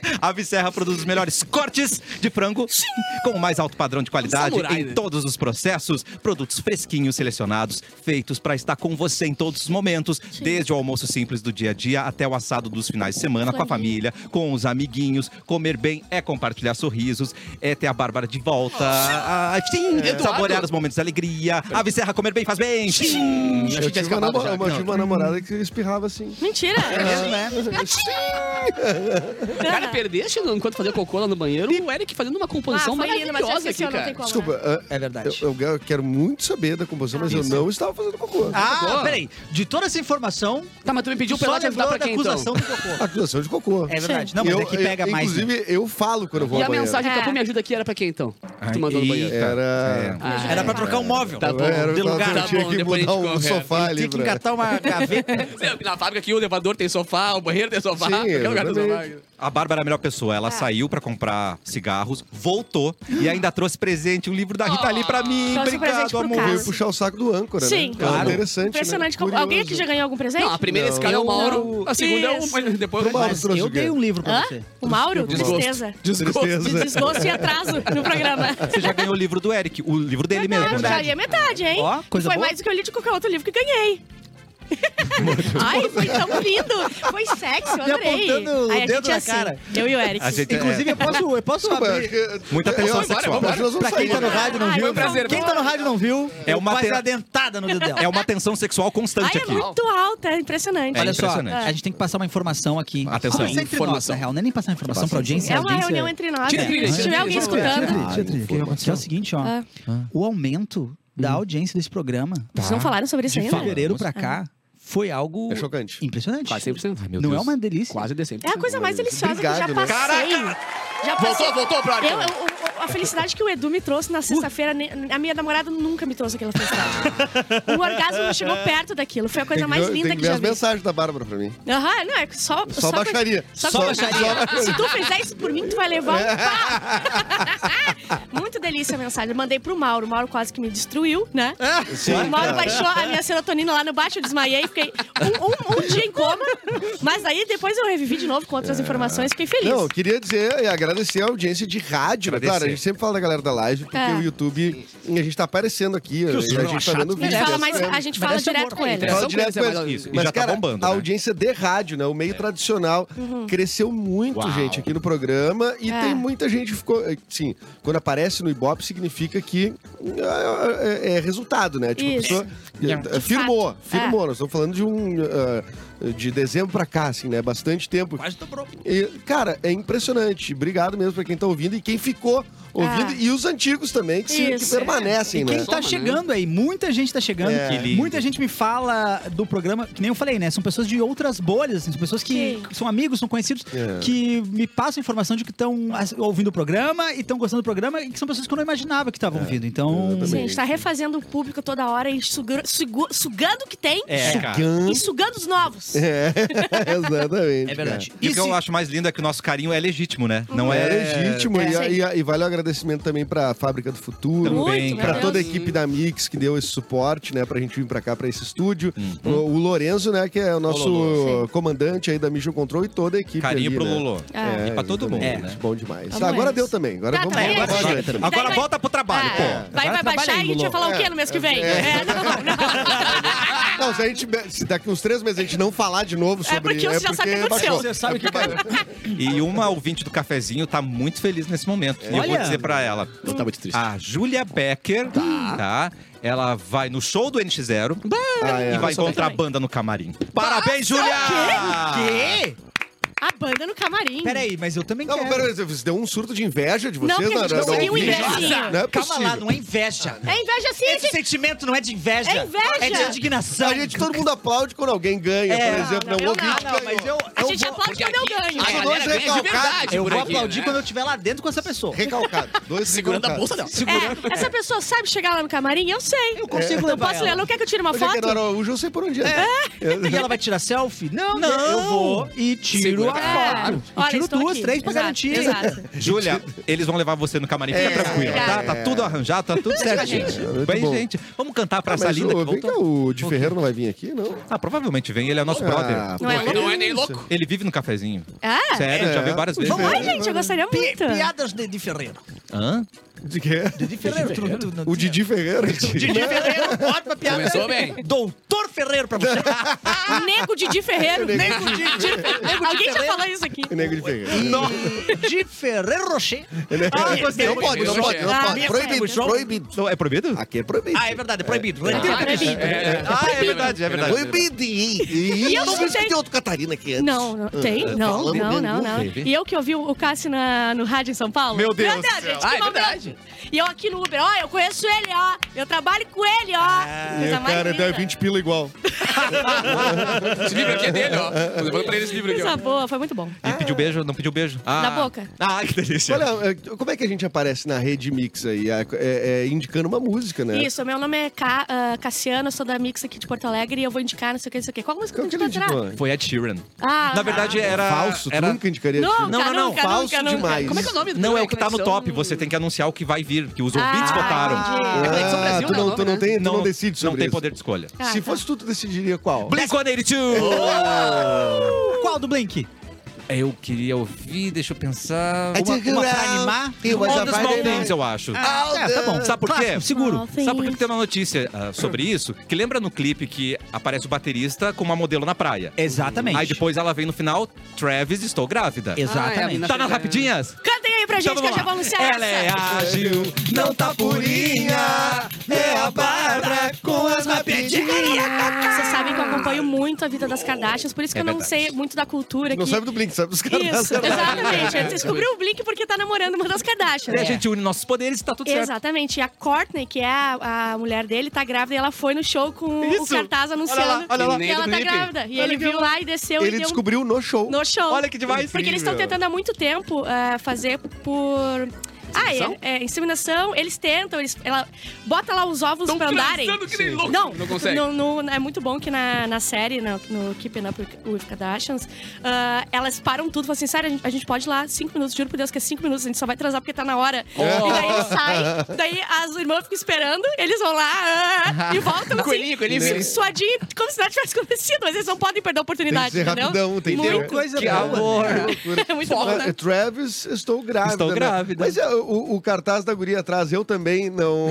A: A Aviserra produz os melhores cortes de frango com o mais alto padrão de qualidade
D: Samurai,
A: em
D: né?
A: todos os processos. Produtos fresquinhos, selecionados, feitos para estar com você em todos os momentos. Desde o almoço simples do dia a dia até o assado dos finais de semana com a família, com os amiguinhos. Comer bem é compartilhar sorrisos, é ter a Bárbara de volta. Ah, sim,
D: Eduardo.
A: saborear os momentos de alegria. A Aviserra comer bem faz bem. Sim.
D: Achei que
C: Eu
D: tinha
C: tive uma,
D: acabado
C: namo-
D: já.
C: eu tive uma namorada que espirrava assim.
I: Mentira.
B: É mesmo, né?
D: Cara, perdeste enquanto fazia cocô lá no banheiro, o Eric fazendo uma composição
I: Ah, foi lindo, mas
D: maravilhosa
I: esse
D: aqui,
I: não tem
D: cara.
I: como.
C: Desculpa, ah,
B: É verdade.
C: eu, eu quero muito saber da composição, mas eu não estava fazendo cocô.
B: Ah,
D: Cocô?
B: peraí. De toda essa informação,
D: Tá, mas tu me pediu
B: só
D: pra ela te ajudar
B: lembrou
D: pra
B: da
D: quem, então?
B: acusação do cocô.
C: Acusação de cocô.
B: É verdade. Não, mas
C: eu,
B: é que pega
C: eu,
B: mais. né?
C: Inclusive, eu falo quando eu vou
D: E
C: ao
D: a
C: banheiro.
D: mensagem que
I: É.
D: a me ajuda aqui era pra quem, então? Que tu mandou no
A: Ai,
D: banheiro.
C: Era...
D: Ah,
B: Era pra trocar um móvel.
D: Tá bom.
C: Era
B: de
C: pra-
B: lugar.
C: eu
D: Tá
C: tinha
D: bom,
C: que
D: depois
C: mudar
D: a gente
C: um
D: conversa.
C: sofá ali.
B: Tinha que
C: pra-
B: engatar uma gaveta.
D: Meu, Na fábrica aqui o elevador tem sofá, o banheiro tem sofá,
C: Sim,
D: qualquer lugar tem sofá.
C: exatamente.
A: A Bárbara é a melhor pessoa. Ela
I: Ah.
A: saiu pra comprar cigarros, voltou e ainda trouxe presente, um livro da Rita Lee pra mim.
I: Trouxe um presente
A: Obrigado,
I: pro
A: amor.
I: Carlos.
C: Veio puxar o saco do âncora,
I: Sim.
C: né?
B: Claro.
C: Interessante,
I: Impressionante.
C: né?
I: como- Alguém
C: Curioso.
I: aqui já ganhou algum presente?
D: Não, a primeira
C: Não.
D: escala é o
I: Eu
D: Mauro,
I: não.
D: a segunda é o...
I: Isso.
D: Depois
C: Pro Mauro
D: Mas-
C: trouxe
B: Eu
C: o quê?
B: dei um livro pra
I: Hã?
B: você.
I: O Mauro?
D: Desgosto.
I: Tristeza.
D: Desgosto.
C: Tristeza.
I: De desgosto e atraso no programa.
A: Você já ganhou o livro do Eric, o livro dele mesmo.
I: Verdade,
A: né?
I: já li a metade, hein?
B: Ó, coisa
I: Foi
B: boa.
I: mais do que eu li de qualquer outro livro que ganhei. Ai, foi tão lindo. Foi sexy, eu
B: Me
I: adorei.
B: apontando o
I: Aí a
B: dedo
I: gente é
B: na
I: assim,
B: cara.
I: eu e o Eric.
A: A gente-
B: Inclusive, eu posso, eu posso
C: Não, mas
B: abrir.
C: acho que-
A: Muita tensão
C: eu-
A: sexual.
C: Acho que nós vamos
B: Pra quem
C: sair,
B: tá no
C: né?
B: rádio e não
I: Ai,
B: viu.
I: foi um prazer.
B: Quem tá no rádio e não viu,
A: É uma
B: faz
A: te-
B: a dentada no dedo dela.
A: É uma tensão sexual constante
I: Ai, é
A: aqui.
I: muito alta, é impressionante.
A: É
B: Olha só,
A: impressionante.
B: a gente tem que passar uma informação aqui.
A: Atenção.
B: Conversar entre nós,
D: Informação.
B: na real. Não é nem passar uma informação pra audiência.
I: É
B: a
I: uma
B: audiência-
I: reunião entre nós.
D: Tira a trilha,
I: Se
D: tira
I: tiver
D: a
I: alguém
D: trilha,
B: Tira a
I: escutando,
B: trilha, tira a trilha. O que aconteceu é o seguinte, ó.
I: Ah.
B: O aumento da audiência desse programa
I: vocês não falaram sobre isso
B: de
I: ainda?
B: fevereiro pra cá foi algo
C: É chocante.
B: impressionante.
D: Quase cem por cento.
B: Não é uma delícia.
D: Quase de cem por
I: É
D: cento.
I: a coisa mais deliciosa
C: Obrigado,
I: que eu já
C: né?
I: passei. Já passei.
D: Voltou, voltou, Prado.
I: Eu, eu- eu- a felicidade que o Edu me trouxe na sexta-feira, ne- a minha namorada nunca me trouxe aquela felicidade. O orgasmo não chegou perto daquilo. Foi a coisa
C: Tem
I: mais
C: ver-
I: linda
C: tem
I: que
C: ver
I: já
C: as
I: vi.
C: mensagens da Bárbara pra mim.
I: Aham, não, é só...
C: Só baixaria.
I: Só,
C: Só
I: baixaria.
C: baixaria.
I: Se tu fizer isso por mim, tu vai levar um pá. Muito delícia a mensagem. Eu mandei pro Mauro. O Mauro quase que me destruiu, né?
C: Sim,
I: O Mauro
C: cara.
I: baixou a minha serotonina lá no baixo, eu desmaiei, fiquei um, um- um dia em coma. Mas aí depois eu revivi de novo com outras informações, fiquei feliz.
C: Não, eu queria dizer e agradecer a audiência de rádio. Né?
A: Agradecer.
C: Claro, a gente sempre fala da galera da live, porque
I: É.
C: o YouTube, a gente tá aparecendo aqui, a gente tá vendo
I: a
C: vídeo.
I: gente fala,
C: né?
I: mais, a gente fala
B: Merece
I: direto
B: amor.
I: com ele.
D: Interação
C: Fala
D: com
C: direto
D: eles é
C: com
D: mais-
C: eles.
A: Isso, e
C: Mas,
A: já tá
C: cara,
A: bombando,
C: a
A: né?
C: audiência de rádio, né? O meio tradicional cresceu muito,
A: Uau.
C: gente, aqui no programa. E
I: É.
C: tem muita gente que ficou... Sim, quando aparece no Ibope, significa que é, é- é resultado, né? Tipo, a
I: Isso.
C: pessoa
I: De
C: eh, firmou,
I: fato.
C: firmou. Nós estamos falando de um... ah, de dezembro pra cá, assim, né? Bastante tempo.
B: Quase dobrou.
C: E, cara, é impressionante. Obrigado mesmo pra quem tá ouvindo e quem ficou ouvindo.
I: Ah.
C: E os antigos também, que, se- que
I: Isso.
C: permanecem,
B: E quem
C: né?
B: tá chegando aí, muita gente tá chegando.
C: É.
A: Que lindo.
B: Muita gente me fala do programa, que nem eu falei, né? São pessoas de outras bolhas, assim, são pessoas que
I: Sim.
B: são amigos, são conhecidos,
C: É.
B: que me passam informação de que estão ouvindo o programa e estão gostando do programa e que são pessoas que eu não imaginava que estavam ouvindo. Então,
I: Sim, a gente tá refazendo o público toda hora e suga- sugu- sugando o que tem
A: É, cara.
I: e sugando os novos.
C: É, exatamente.
B: é verdade.
A: E o
B: E
A: que
B: se-
A: eu acho mais lindo é que o nosso carinho é legítimo, né? Não
C: É,
A: é...
C: legítimo.
I: É.
C: E,
I: Sim.
C: e- e vale o agradecimento também pra Fábrica do Futuro.
A: Também,
I: Muito,
C: Pra
I: meu
C: toda a
I: Deus.
C: equipe da Mix que deu esse suporte, né, pra gente vir pra cá, pra esse estúdio.
A: Uhum.
C: O, o Lorenzo, né, que é o nosso
A: Lolo.
C: comandante aí da Mission Control e toda a equipe
A: Carinho
C: ali,
A: pro
C: né?
A: Lolo.
I: É.
A: E pra todo mundo,
C: exatamente.
A: né?
C: Bom demais.
I: Vamos
C: Tá, agora
I: nessa.
C: deu também. Agora
I: Tá,
C: vamos
I: tá,
C: vamos-
I: beleza.
C: vamos-
B: Agora também.
A: Agora
I: vai-
A: volta pro trabalho,
I: É.
A: pô.
I: Vai,
B: Agora
I: vai
B: trabalha
I: baixar
B: aí,
I: e a gente vai
B: Lulu.
I: falar o quê no mês que vem?
C: É.
I: É, não, não, não.
C: Não, se a gente, se daqui uns três meses a gente não falar de novo sobre...
I: porque você já sabe o que aconteceu.
C: baixou.
B: Você sabe o que vai.
A: E uma ouvinte do cafezinho tá muito feliz nesse momento. E eu vou
B: Olha.
A: dizer pra ela.
D: Eu tá muito triste.
A: A Júlia Becker, tá. Ela vai no show do N X Zero
C: Ah, é.
A: e vai
I: Eu sou
A: encontrar a
I: também.
A: banda no camarim. Parabéns, Júlia!
B: Quê?
I: A banda no camarim.
B: Peraí, mas eu também
C: Não,
B: quero.
C: peraí, você deu um surto de inveja de vocês?
I: Não, porque a gente
C: na- na-
I: conseguiu
C: na-
I: inveja.
C: Não é
B: Calma
C: possível.
B: lá, não é inveja.
I: É inveja sim,
B: Esse
I: gente.
B: sentimento não é de inveja.
I: É inveja.
B: É de indignação.
C: A gente, todo mundo aplaude quando alguém ganha,
B: É.
C: por exemplo.
I: Não,
C: Não,
I: eu
C: o ouvinte
I: não,
B: Não, mas eu,
I: A
B: eu
I: gente
B: vou,
I: aplaude
D: Porque
I: quando eu
D: aqui
I: ganho.
D: a
C: Só
D: galera
C: dois
D: ganha de
C: recalcados.
D: verdade
B: eu
D: por
B: vou
D: aqui,
B: aplaudir
D: né?
B: quando eu estiver lá dentro com essa pessoa.
C: Recalcado. Dois
D: Segurando a
C: recalcados.
D: bolsa dela.
I: É, essa pessoa sabe chegar lá no camarim? Eu sei.
B: Eu consigo
I: Eu
B: levar
I: posso
B: ela.
I: ler. Não quer que eu tire uma
C: Hoje é que
I: foto?
C: na hora, hoje eu sei por onde é.
B: E ela vai tirar selfie? Não,
I: Não.
B: eu vou e tiro tirou a
I: É.
B: foto. E
I: Olha,
B: tirou
I: estou
B: duas,
I: aqui.
B: três pra
I: Exato,
B: garantir.
I: Exato.
A: Júlia, eles vão levar você no camarim. Fica
C: É,
A: tranquila, tá? Tá tudo arranjado, tá tudo certinho.
I: gente.
C: Muito
A: Bem,
C: bom.
A: gente, vamos cantar pra
C: Ah, mas
A: Salinda
C: o,
A: que
C: vem cá,
A: voltou.
C: o de Ferreiro não vai vir aqui, não?
A: Ah, provavelmente vem. Ele é nosso brother.
C: Ah,
I: Não é
C: pô,
I: louco?
D: Não é nem louco.
A: Ele vive no cafezinho.
I: Ah,
A: Sério,
C: É.
A: já veio várias vezes.
I: vamos lá, gente. Eu gostaria
B: Pi-
I: muito.
B: Piadas de, de Ferreiro.
A: Hã?
C: De quê?
B: De Ferreiro. Tu, tu, não
C: O
B: tinha.
C: Didi Ferreiro.
B: Didi Ferreiro. Ótima piada.
D: Começou bem.
B: Doutor Ferreiro pra você.
I: Nego Didi Ferreiro.
B: Nego de, de, nego de
I: Alguém já
B: Ferreiro.
I: falou isso aqui?
C: Nego de Ferreiro.
B: E de Ferreiro Rocher.
C: Ah,
B: gostei.
C: não pode, não pode, não
I: Ah,
C: pode.
I: minha
C: Proibido,
B: puxou.
C: proibido.
A: Não, é proibido?
C: Aqui é proibido.
B: Ah, é verdade, é proibido.
I: É proibido.
A: Ah, é verdade, é verdade.
C: Proibido. E
I: E eu
C: não sei
I: escutei-
C: se tem outro Catarina aqui antes.
I: Não, não tem, não,
C: falando
I: não,
C: mesmo,
I: não, não.
A: teve.
I: E eu que ouvi o Cássio na, no rádio em São Paulo.
A: Meu Deus do
I: Verdade,
A: céu.
I: gente,
D: Ah,
I: que
D: é
I: momento.
D: verdade.
I: E eu aqui no Uber, ó, eu conheço ele, ó. Eu trabalho com ele, ó. Coisa mais linda.
C: pila igual.
D: Esse livro aqui é dele, ó. Tô levando pra ele esse livro aqui,
I: Coisa
D: ó.
I: boa, foi muito bom.
A: Ele pediu beijo, não pediu beijo? Ah.
I: Na boca.
A: Ah, que delícia.
C: Olha, é, como é que a gente aparece na Rede Mix aí? É, é, é indicando uma música, né?
I: Isso, meu nome é Ca, ah, Cassiano, eu sou da Mix aqui de Porto Alegre e eu vou indicar não sei o que, não sei o que. Qual música
C: Qual
I: tu
C: que ele
I: indicou, será?
C: indicou?
A: Foi Ed Sheeran.
I: Ah,
A: Na verdade, era...
C: Falso,
A: era...
C: tu nunca indicaria
I: Nunca,
C: Sheeran.
A: Não, não, não,
I: nunca,
C: falso
I: nunca, nunca.
C: demais.
D: Como é que é o nome do
A: Não, é o que tá no
D: Conexão?
A: top. Você tem que anunciar o que vai vir, que os ouvintes
I: Ah,
A: votaram.
I: entendi.
D: É Conexão Brasil,
C: tu
D: né, o
C: não,
D: nome,
C: tu não,
D: né?
C: tem, tu não, decide
A: Não
C: sobre
A: tem
C: isso.
A: poder de escolha.
I: Ah,
C: Se
I: tá.
C: fosse tu, tu decidiria qual?
A: Blink cento e oitenta e dois!
B: Qual do Blink?
A: Eu queria ouvir, deixa eu pensar...
C: I
A: Uma-
C: took
B: uma
C: you
B: pra
C: out,
B: animar?
C: it was
A: All
C: a
A: the Small
C: Friday
A: Things,
C: night.
A: eu acho.
B: Ah, é, tá bom.
A: Sabe por quê?
B: Clássico, seguro.
A: Sabe por que que tem uma notícia ah, sobre isso? Que lembra no clipe que aparece o baterista com uma modelo na praia?
B: Exatamente.
A: Aí depois ela vem no final, Travis, estou grávida.
B: Exatamente.
D: Ah,
A: Tá nas rapidinhas?
I: Cantem aí pra gente
A: Então
I: que eu
A: vamos
I: já vou
A: lá.
I: anunciar
A: Ela é
I: essa.
A: ágil, não tá purinha, é a Bárbara com as rapidinhas.
I: Vocês sabem que eu acompanho muito a vida das Kardashians, por isso que
A: É
I: eu não
A: verdade.
I: sei muito da cultura
C: Não
I: aqui.
C: sabe do Blink, sabe dos caras.
I: Isso, exatamente. Ele descobriu o Blink porque tá namorando uma das Kardashians.
A: E a gente une nossos poderes e tá tudo certo.
I: Exatamente. E a Courtney, que é a, a mulher dele, tá grávida e ela foi no show com o
A: Isso.
I: cartaz anunciando
A: Olha lá, olha lá.
I: que ela tá
D: Nem do clipe.
I: grávida. E
A: Olha
I: ele
A: que
I: viu
A: bom.
I: lá e desceu
C: Ele
I: e deu um-
C: descobriu no show.
I: no show.
A: Olha que demais.
I: Porque eles estão
C: Incrível.
I: tentando há muito tempo eh, fazer por... Ah, é, é, inseminação, eles tentam, eles, ela bota lá os ovos
D: Tão
I: pra andarem.
D: transando que nem louco.
I: Não,
D: Não consegue.
I: no- no- é muito bom que na, na série, no, no Keeping Up with Kardashians, ah, elas param tudo e falam assim, sério, a gente, a gente pode ir lá cinco minutos, juro por Deus que é cinco minutos, a gente só vai transar porque tá na hora. E daí eles saem, daí as irmãs ficam esperando, eles vão lá ah, e voltam assim,
D: Coelhinho, coelhinho,
I: su-
D: coelhinho.
I: suadinho, como se nada tivesse acontecido, mas eles não podem perder a oportunidade,
C: Tem que ser
I: entendeu?
C: rapidão, tem que
I: Muito,
C: ter-
B: Coisa
A: Que
B: boa.
A: amor.
I: é muito bom,
C: Mas,
I: né?
C: Travis, estou grávida.
A: Estou
C: né?
A: grávida.
C: Mas é, o, o cartaz da guria atrás, eu também não.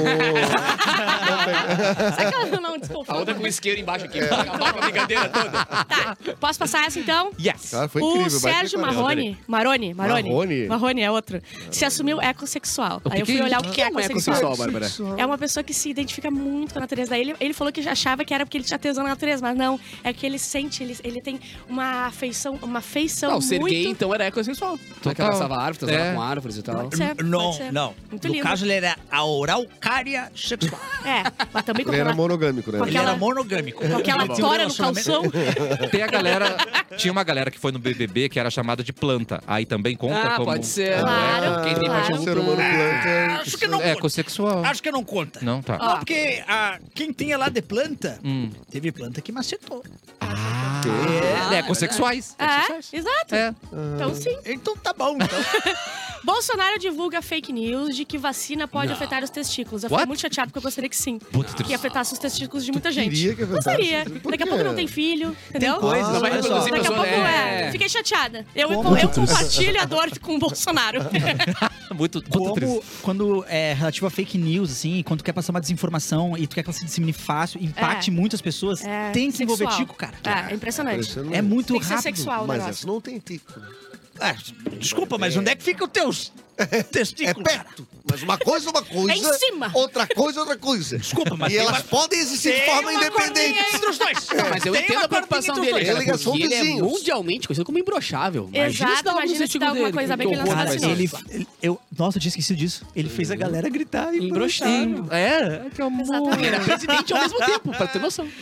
I: Sabe que ela não
D: A
I: desconforta?
D: outra com isqueiro embaixo aqui, pra acabar com a brincadeira toda.
I: Tá, posso passar essa então?
A: Yes.
C: Cara, foi
I: O
C: incrível. vai ter
I: Sérgio
C: quarenta.
I: Marrone, Maroni, Maroni,
C: Marrone?
I: Marrone é outro, se assumiu ecossexual. Aí eu
A: que
I: fui
A: é
I: olhar
A: isso?
I: o que é
D: Como é
I: ecossexual.
D: ecossexual, Bárbara?
I: É uma pessoa que se identifica muito com a natureza. Daí ele, ele falou que já achava que era porque ele tinha tesão na natureza, mas não. É que ele sente, ele, ele tem uma afeição, uma afeição
D: Não, ser
I: muito...
D: gay então era ecossexual. Tu que abraçava árvores, transava
A: É.
D: com árvores e tal.
I: Pode ser,
B: Não,
I: pode ser.
B: não.
I: Muito
B: no
I: lindo.
B: caso, ele era a araucária sexual.
I: É, mas também com
C: Ele era
I: aquela,
C: monogâmico, né?
I: Com
B: Ele
I: aquela-
B: era monogâmico.
I: com aquela
B: Ele tinha um
I: tora no
B: relacionamento-
I: calção.
A: Tem a galera... Tinha uma galera que foi no B B B que era chamada de planta. Aí também conta
D: Ah,
A: como...
D: pode ser.
I: Claro,
D: Quem tem
I: claro.
D: paixão
C: O
D: por
C: ser humano planta.
B: Acho que não
A: É
B: conta.
A: ecossexual.
B: Acho que não conta.
A: Não, tá.
B: Não, porque a, quem tinha lá de planta,
A: Hum.
B: teve planta que macetou.
A: Ah,
D: É,
A: é, ecossexuais.
I: É, exato.
A: É.
I: Então sim.
B: Então tá bom, então.
I: Bolsonaro divulga fake news de que vacina pode afetar os testículos. Eu fiquei
A: What?
I: muito chateado porque eu gostaria que sim.
A: Putz,
I: Que afetasse os testículos de muita gente.
C: queria que afetasse?
I: Gostaria.
C: Por
I: Daqui a
C: quê?
I: pouco não tem filho, entendeu?
B: coisas,
I: Ah,
B: olha
I: Daqui
B: só.
I: a pouco,
D: Pessoa,
I: é.
D: é.
I: Fiquei chateada. Eu, eu,
B: Como?
I: eu compartilho a dor com o Bolsonaro.
A: Muito, muito
B: Como
A: triste.
B: quando é relativo a fake news, assim, quando tu quer passar uma desinformação e tu quer que ela se dissemine fácil, impacte
I: É.
B: muitas pessoas,
I: É,
B: tem que envolver
I: sexual.
B: tico, cara.
I: É, é impressionante.
C: Impressionante.
B: É muito
I: Tem que ser
B: rápido.
I: sexual o
C: Mas
I: negócio.
C: essa não tem tico.
B: Ah, desculpa, mas onde é que ficam os teus
C: É
B: testículos?
C: perto. Mas uma coisa é uma coisa.
I: É em cima.
C: Outra coisa é outra coisa.
B: Desculpa, mas
C: E
B: tem
C: elas
B: uma-
C: podem existir de
B: Tem
C: forma
B: uma cordinha
C: independente.
B: entre os dois.
D: Não, mas eu
B: Tem
D: entendo
B: uma
D: a preocupação
B: cordinha
D: dele,
B: entre
D: cara,
B: os dois.
C: Ligação
D: porque ele é
C: vizinhos.
D: mundialmente conhecido como imbrochável. Imagina
I: Exato,
D: se dá algo no
I: imagina se
D: testículo
I: dá alguma
D: dele,
I: coisa,
D: que
I: bem que ele não
D: horror,
I: sabe
D: mas
I: se não.
B: Ele, ele- eu, nossa, eu tinha esquecido disso. Ele fez a galera gritar e
D: Imbrochável.
A: É, que amor.
I: Exatamente.
D: Ele era presidente ao mesmo tempo, pra ter noção.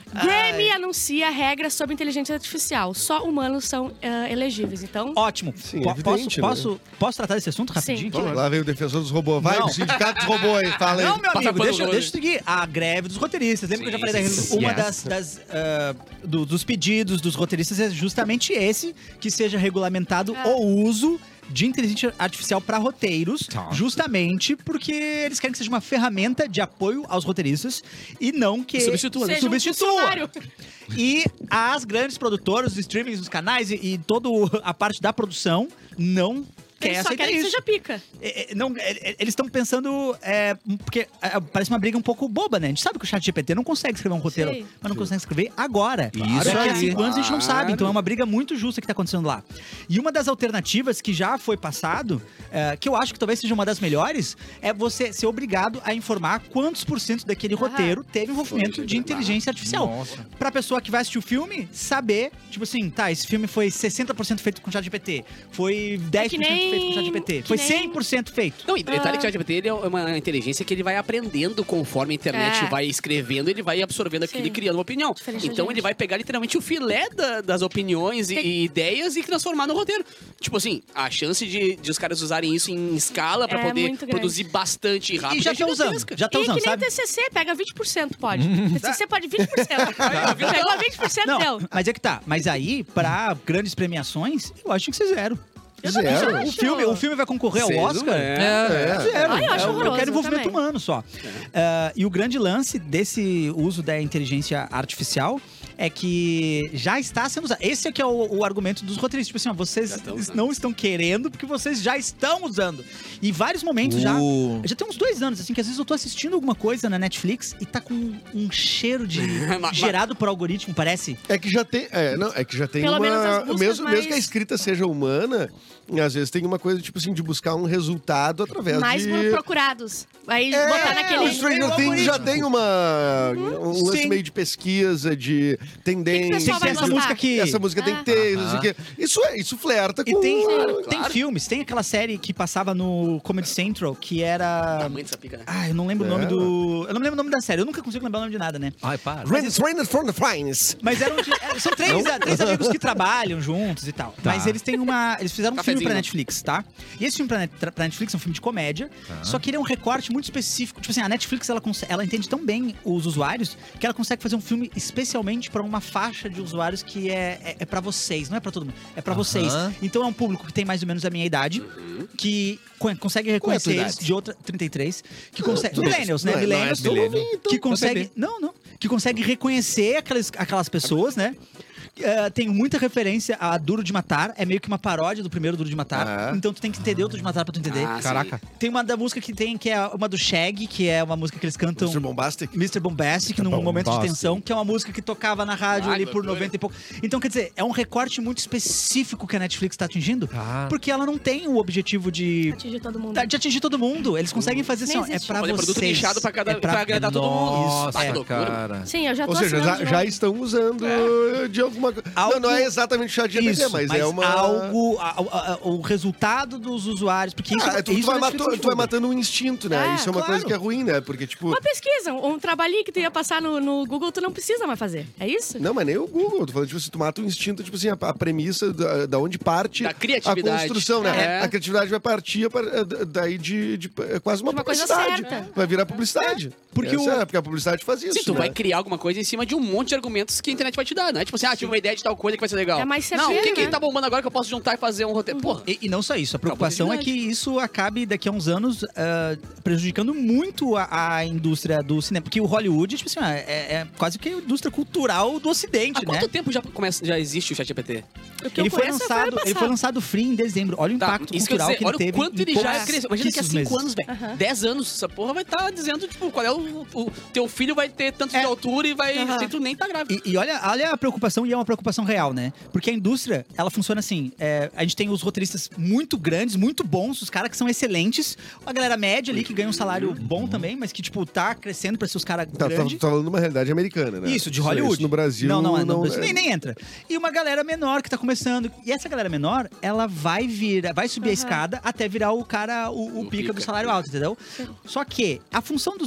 I: Grammy anuncia regras sobre inteligência artificial. Só humanos são ah, elegíveis, então...
B: Ótimo.
C: Sim,
B: Po-
C: evidente,
B: posso,
C: né?
B: posso, posso tratar desse assunto rapidinho?
C: Vamos lá, vem o defensor dos robôs. Vai,
B: Não.
C: o sindicato dos robôs aí, fala aí.
B: Não, meu
D: Passa
B: amigo,
D: pano
B: deixa,
D: no-
B: deixa eu seguir. A greve dos roteiristas. Lembra que eu já falei da
D: Sim,
B: uma
A: yes.
B: das, das, ah, do- dos pedidos dos roteiristas é justamente esse, que seja regulamentado
I: Ah.
B: o uso de inteligência artificial para roteiros,
A: Tá.
B: justamente porque eles querem que seja uma ferramenta de apoio aos roteiristas e não que
D: Substitua, né?
I: Seja um
B: substitua.
I: funcionário.
B: E as grandes produtoras, os streamings, os canais e, e toda a parte da produção não quer
I: Eles só
B: aceitar
I: querem que
B: isso.
I: seja pica.
B: É, é, não, é, é, eles estão pensando. É, porque é, parece uma briga um pouco boba, né? A gente sabe que o chat G P T não consegue escrever um roteiro,
I: Sei.
B: mas não consegue escrever agora.
A: Isso
B: Daqui a
A: aí.
B: cinco anos a gente não
D: Claro.
B: sabe. Então é uma briga muito justa que tá acontecendo lá. E uma das alternativas que já foi passado, é, que eu acho que talvez seja uma das melhores, é você ser obrigado a informar quantos por cento daquele
I: Aham.
B: roteiro teve envolvimento de inteligência artificial.
A: Nossa.
B: Pra pessoa que vai assistir o filme, saber, tipo assim, tá, esse filme foi sessenta por cento feito com chat G P T, foi dez por cento
I: nem-
B: feito com chat G P T,
I: que
B: foi
I: nem-
B: cem por cento feito.
D: Não, e detalhe
I: Ah.
D: que o ChatGPT ele é uma inteligência que ele vai aprendendo conforme a internet
I: É.
D: vai escrevendo, ele vai absorvendo aquilo
I: Sim.
D: e criando uma opinião.
I: Diferente da
D: Então
I: gente.
D: ele vai pegar literalmente o filé da- das opiniões e,
I: Tem-
D: e ideias e transformar no roteiro. Tipo assim, a chance de, de os caras usarem isso em escala pra
I: É
D: poder
I: muito grande.
D: produzir bastante rápido.
B: E já
D: é
B: tá usando,
D: gigantesca.
B: já tá
I: e
B: usando,
I: que nem
B: sabe?
I: T C C, pega vinte por cento, pode. T C C pode vinte por cento. Pegou vinte por cento,
B: Não,
I: deu.
B: mas é que tá. Mas aí, pra grandes premiações, eu acho que isso é zero.
C: Zero.
B: O
I: acho.
B: filme, o filme vai concorrer ao
D: Zero,
B: Oscar?
D: é.
C: É.
B: Zero.
I: Ah, eu acho
B: É,
I: horroroso
B: quero envolvimento
I: também.
B: humano só. Ah, e o grande lance desse uso da inteligência artificial é que já está sendo usado. Esse é que é o, o argumento dos roteiristas. Tipo assim, ó, vocês
D: Já estão usando.
B: não estão querendo porque vocês já estão usando. E vários momentos já.
A: Uh.
B: Já tem uns dois anos, assim, que às vezes eu tô assistindo alguma coisa na Netflix e tá com um cheiro de
D: Mas-
B: gerado por algoritmo, parece.
C: É que já tem, é, não, é que já tem
I: Pelo
C: uma,
I: menos as buscas
C: mesmo,
I: mais-
C: mesmo que a escrita seja humana, às vezes tem uma coisa tipo assim de buscar um resultado através
I: Mais
C: de
I: procurados. Aí
C: É,
I: botar naquele...
C: o Stranger Things já tem uma um lance
B: Sim.
C: meio de pesquisa, de tendência.
I: pessoal vai
B: Tem essa
I: gostar?
B: música que.
C: Essa música tem que
I: Ah.
C: ter, não sei o quê. Isso é, isso flerta
B: E
C: com
B: tem,
C: a-
B: tem filmes, tem aquela série que passava no Comedy Central, que era.
D: Tamanho dessa pica, né?
B: Ah, eu não lembro o
C: É.
B: nome do. Eu não me lembro o nome da série, eu nunca consigo lembrar o nome de nada, né?
A: Ai, para.
C: Rain- Rain from the Finest.
B: Mas eram de- é, são três, é, três amigos que trabalham juntos e tal.
A: Tá.
B: Mas eles têm uma. Eles fizeram um
D: Cafezinho,
B: filme pra
D: né?
B: Netflix, tá? E esse filme pra, Net- pra Netflix é um filme de comédia, só que ele é um recorte muito específico. Tipo assim, a Netflix ela, conse- ela entende tão bem os usuários que ela consegue fazer um filme especialmente pra uma faixa de usuários que é, é, é para vocês, não é pra todo mundo, é pra
A: Aham.
B: vocês. Então é um público que tem mais ou menos a minha idade, que co- consegue reconhecer
A: tua
B: eles
A: idade?
B: de outra. trinta e três. Que consegue.
C: tu não-
B: Millennials, né?
C: não é- não é
B: Millennials.
C: tão
A: Millennial.
C: novinho, então.
B: Que consegue. Não, não. Que consegue reconhecer aquelas, aquelas pessoas, né? Uh, tem muita referência a Duro de Matar. É meio que uma paródia do primeiro Duro de Matar.
C: Ah.
B: Então tu tem que entender o Duro de Matar pra tu entender.
D: Ah, sim.
A: Caraca.
B: Tem uma da música que tem, que é uma do Shaggy, que é uma música que eles cantam.
C: mister Bombastic.
B: mister Bombastic, num momento de
A: Bombastic.
B: tensão, que é uma música que tocava na rádio
D: Ah,
B: ali
D: que
B: por
D: loucura.
B: noventa e pouco. Então, quer dizer, é um recorte muito específico que a Netflix tá atingindo,
A: Ah.
B: porque ela não tem o objetivo de,
I: Atingir todo mundo.
B: de atingir todo mundo. Eles conseguem fazer assim,
I: Nem
B: ó, é
I: existe.
B: pra
D: Olha,
B: vocês.
D: produto nichado pra cada-
B: é
D: pra agradar todo mundo.
B: Isso,
A: Nossa,
B: é.
D: que loucura.
A: cara.
I: Sim, eu já tô
C: Ou seja,
I: assinando
C: já,
I: de
C: já
I: novo.
C: estão usando de alguma coisa.
B: Algo-
C: Não, não é exatamente chat G P T,
B: Isso,
C: mas,
B: mas
C: é uma.
B: algo, a- a- a- o resultado dos usuários, porque isso,
C: Ah, tu, tu
B: isso
C: vai
B: a Netflix
C: matou- tu vai
B: divulga.
C: matando um instinto, né?
I: É,
C: Isso é uma
B: claro.
C: coisa que é ruim, né? Porque, tipo.
I: Uma pesquisa, um, um trabalhinho que tu ia passar no, no Google, tu não precisa mais fazer. É isso?
C: Não, mas nem o Google. Tô falando, tipo, se tu mata o instinto, tipo assim, a, a premissa da, da onde parte
D: Da criatividade.
C: a construção, né?
D: É.
C: A criatividade vai partir a par- eh, daí de, de- é quase uma
I: De uma coisa
C: publicidade.
I: certa.
C: Vai virar publicidade.
B: Porque
C: Essa
B: o-
C: é, porque a publicidade faz isso.
D: Sim, tu
C: né?
D: vai criar alguma coisa em cima de um monte de argumentos que a internet vai te dar, né? Tipo assim, ah, tive uma ideia de tal coisa que vai ser legal.
I: É mais
D: Não, o
I: certeiro,
D: que, que
I: né?
D: tá bombando agora que eu posso juntar e fazer um roteiro? Porra.
B: E, e não só isso, a preocupação é que isso acabe daqui a uns anos ah, prejudicando muito a, a indústria do cinema. Porque o Hollywood, tipo assim, ah, é, é quase que a indústria cultural do ocidente,
D: Há
B: né?
D: quanto tempo já, começa, já existe o ChatGPT?
I: O que eu
B: Ele foi,
I: conheço é
B: lançado,
I: ano
B: ele foi
I: passado.
B: lançado free em dezembro. Olha o
D: Tá,
B: impacto
D: isso que eu ia
B: cultural
D: dizer,
B: que ele
D: olha
B: teve.
D: o quanto
B: em
D: ele já
B: poucos-
D: cresceu. Imagina daqui a
B: pouquíssimos
D: cinco
B: meses.
D: anos, velho. Dez anos, essa porra vai estar dizendo, tipo, qual é o, o... Teu filho vai ter tanto
B: É.
D: de altura e vai...
I: Aham.
D: E tu nem tá grávido.
B: E, e olha, olha a preocupação, e é uma preocupação real, né? Porque a indústria, ela funciona assim: é, a gente tem os roteiristas muito grandes, muito bons, os caras que são excelentes, a galera média ali que ganha um salário bom também, mas que, tipo, tá crescendo pra ser os caras
C: Tá, tá,
B: grandes.
C: tô falando de uma realidade americana, né?
B: Isso, de Hollywood.
C: Isso no Brasil.
B: Não, não, não,
C: não
B: isso nem, nem entra. E uma galera menor que tá começando. E essa galera menor, ela vai vir, vai subir a
I: Aham.
B: escada até virar o cara, o, o
D: O
B: pica, do
D: pica.
B: salário alto, entendeu? Só que a função dos menores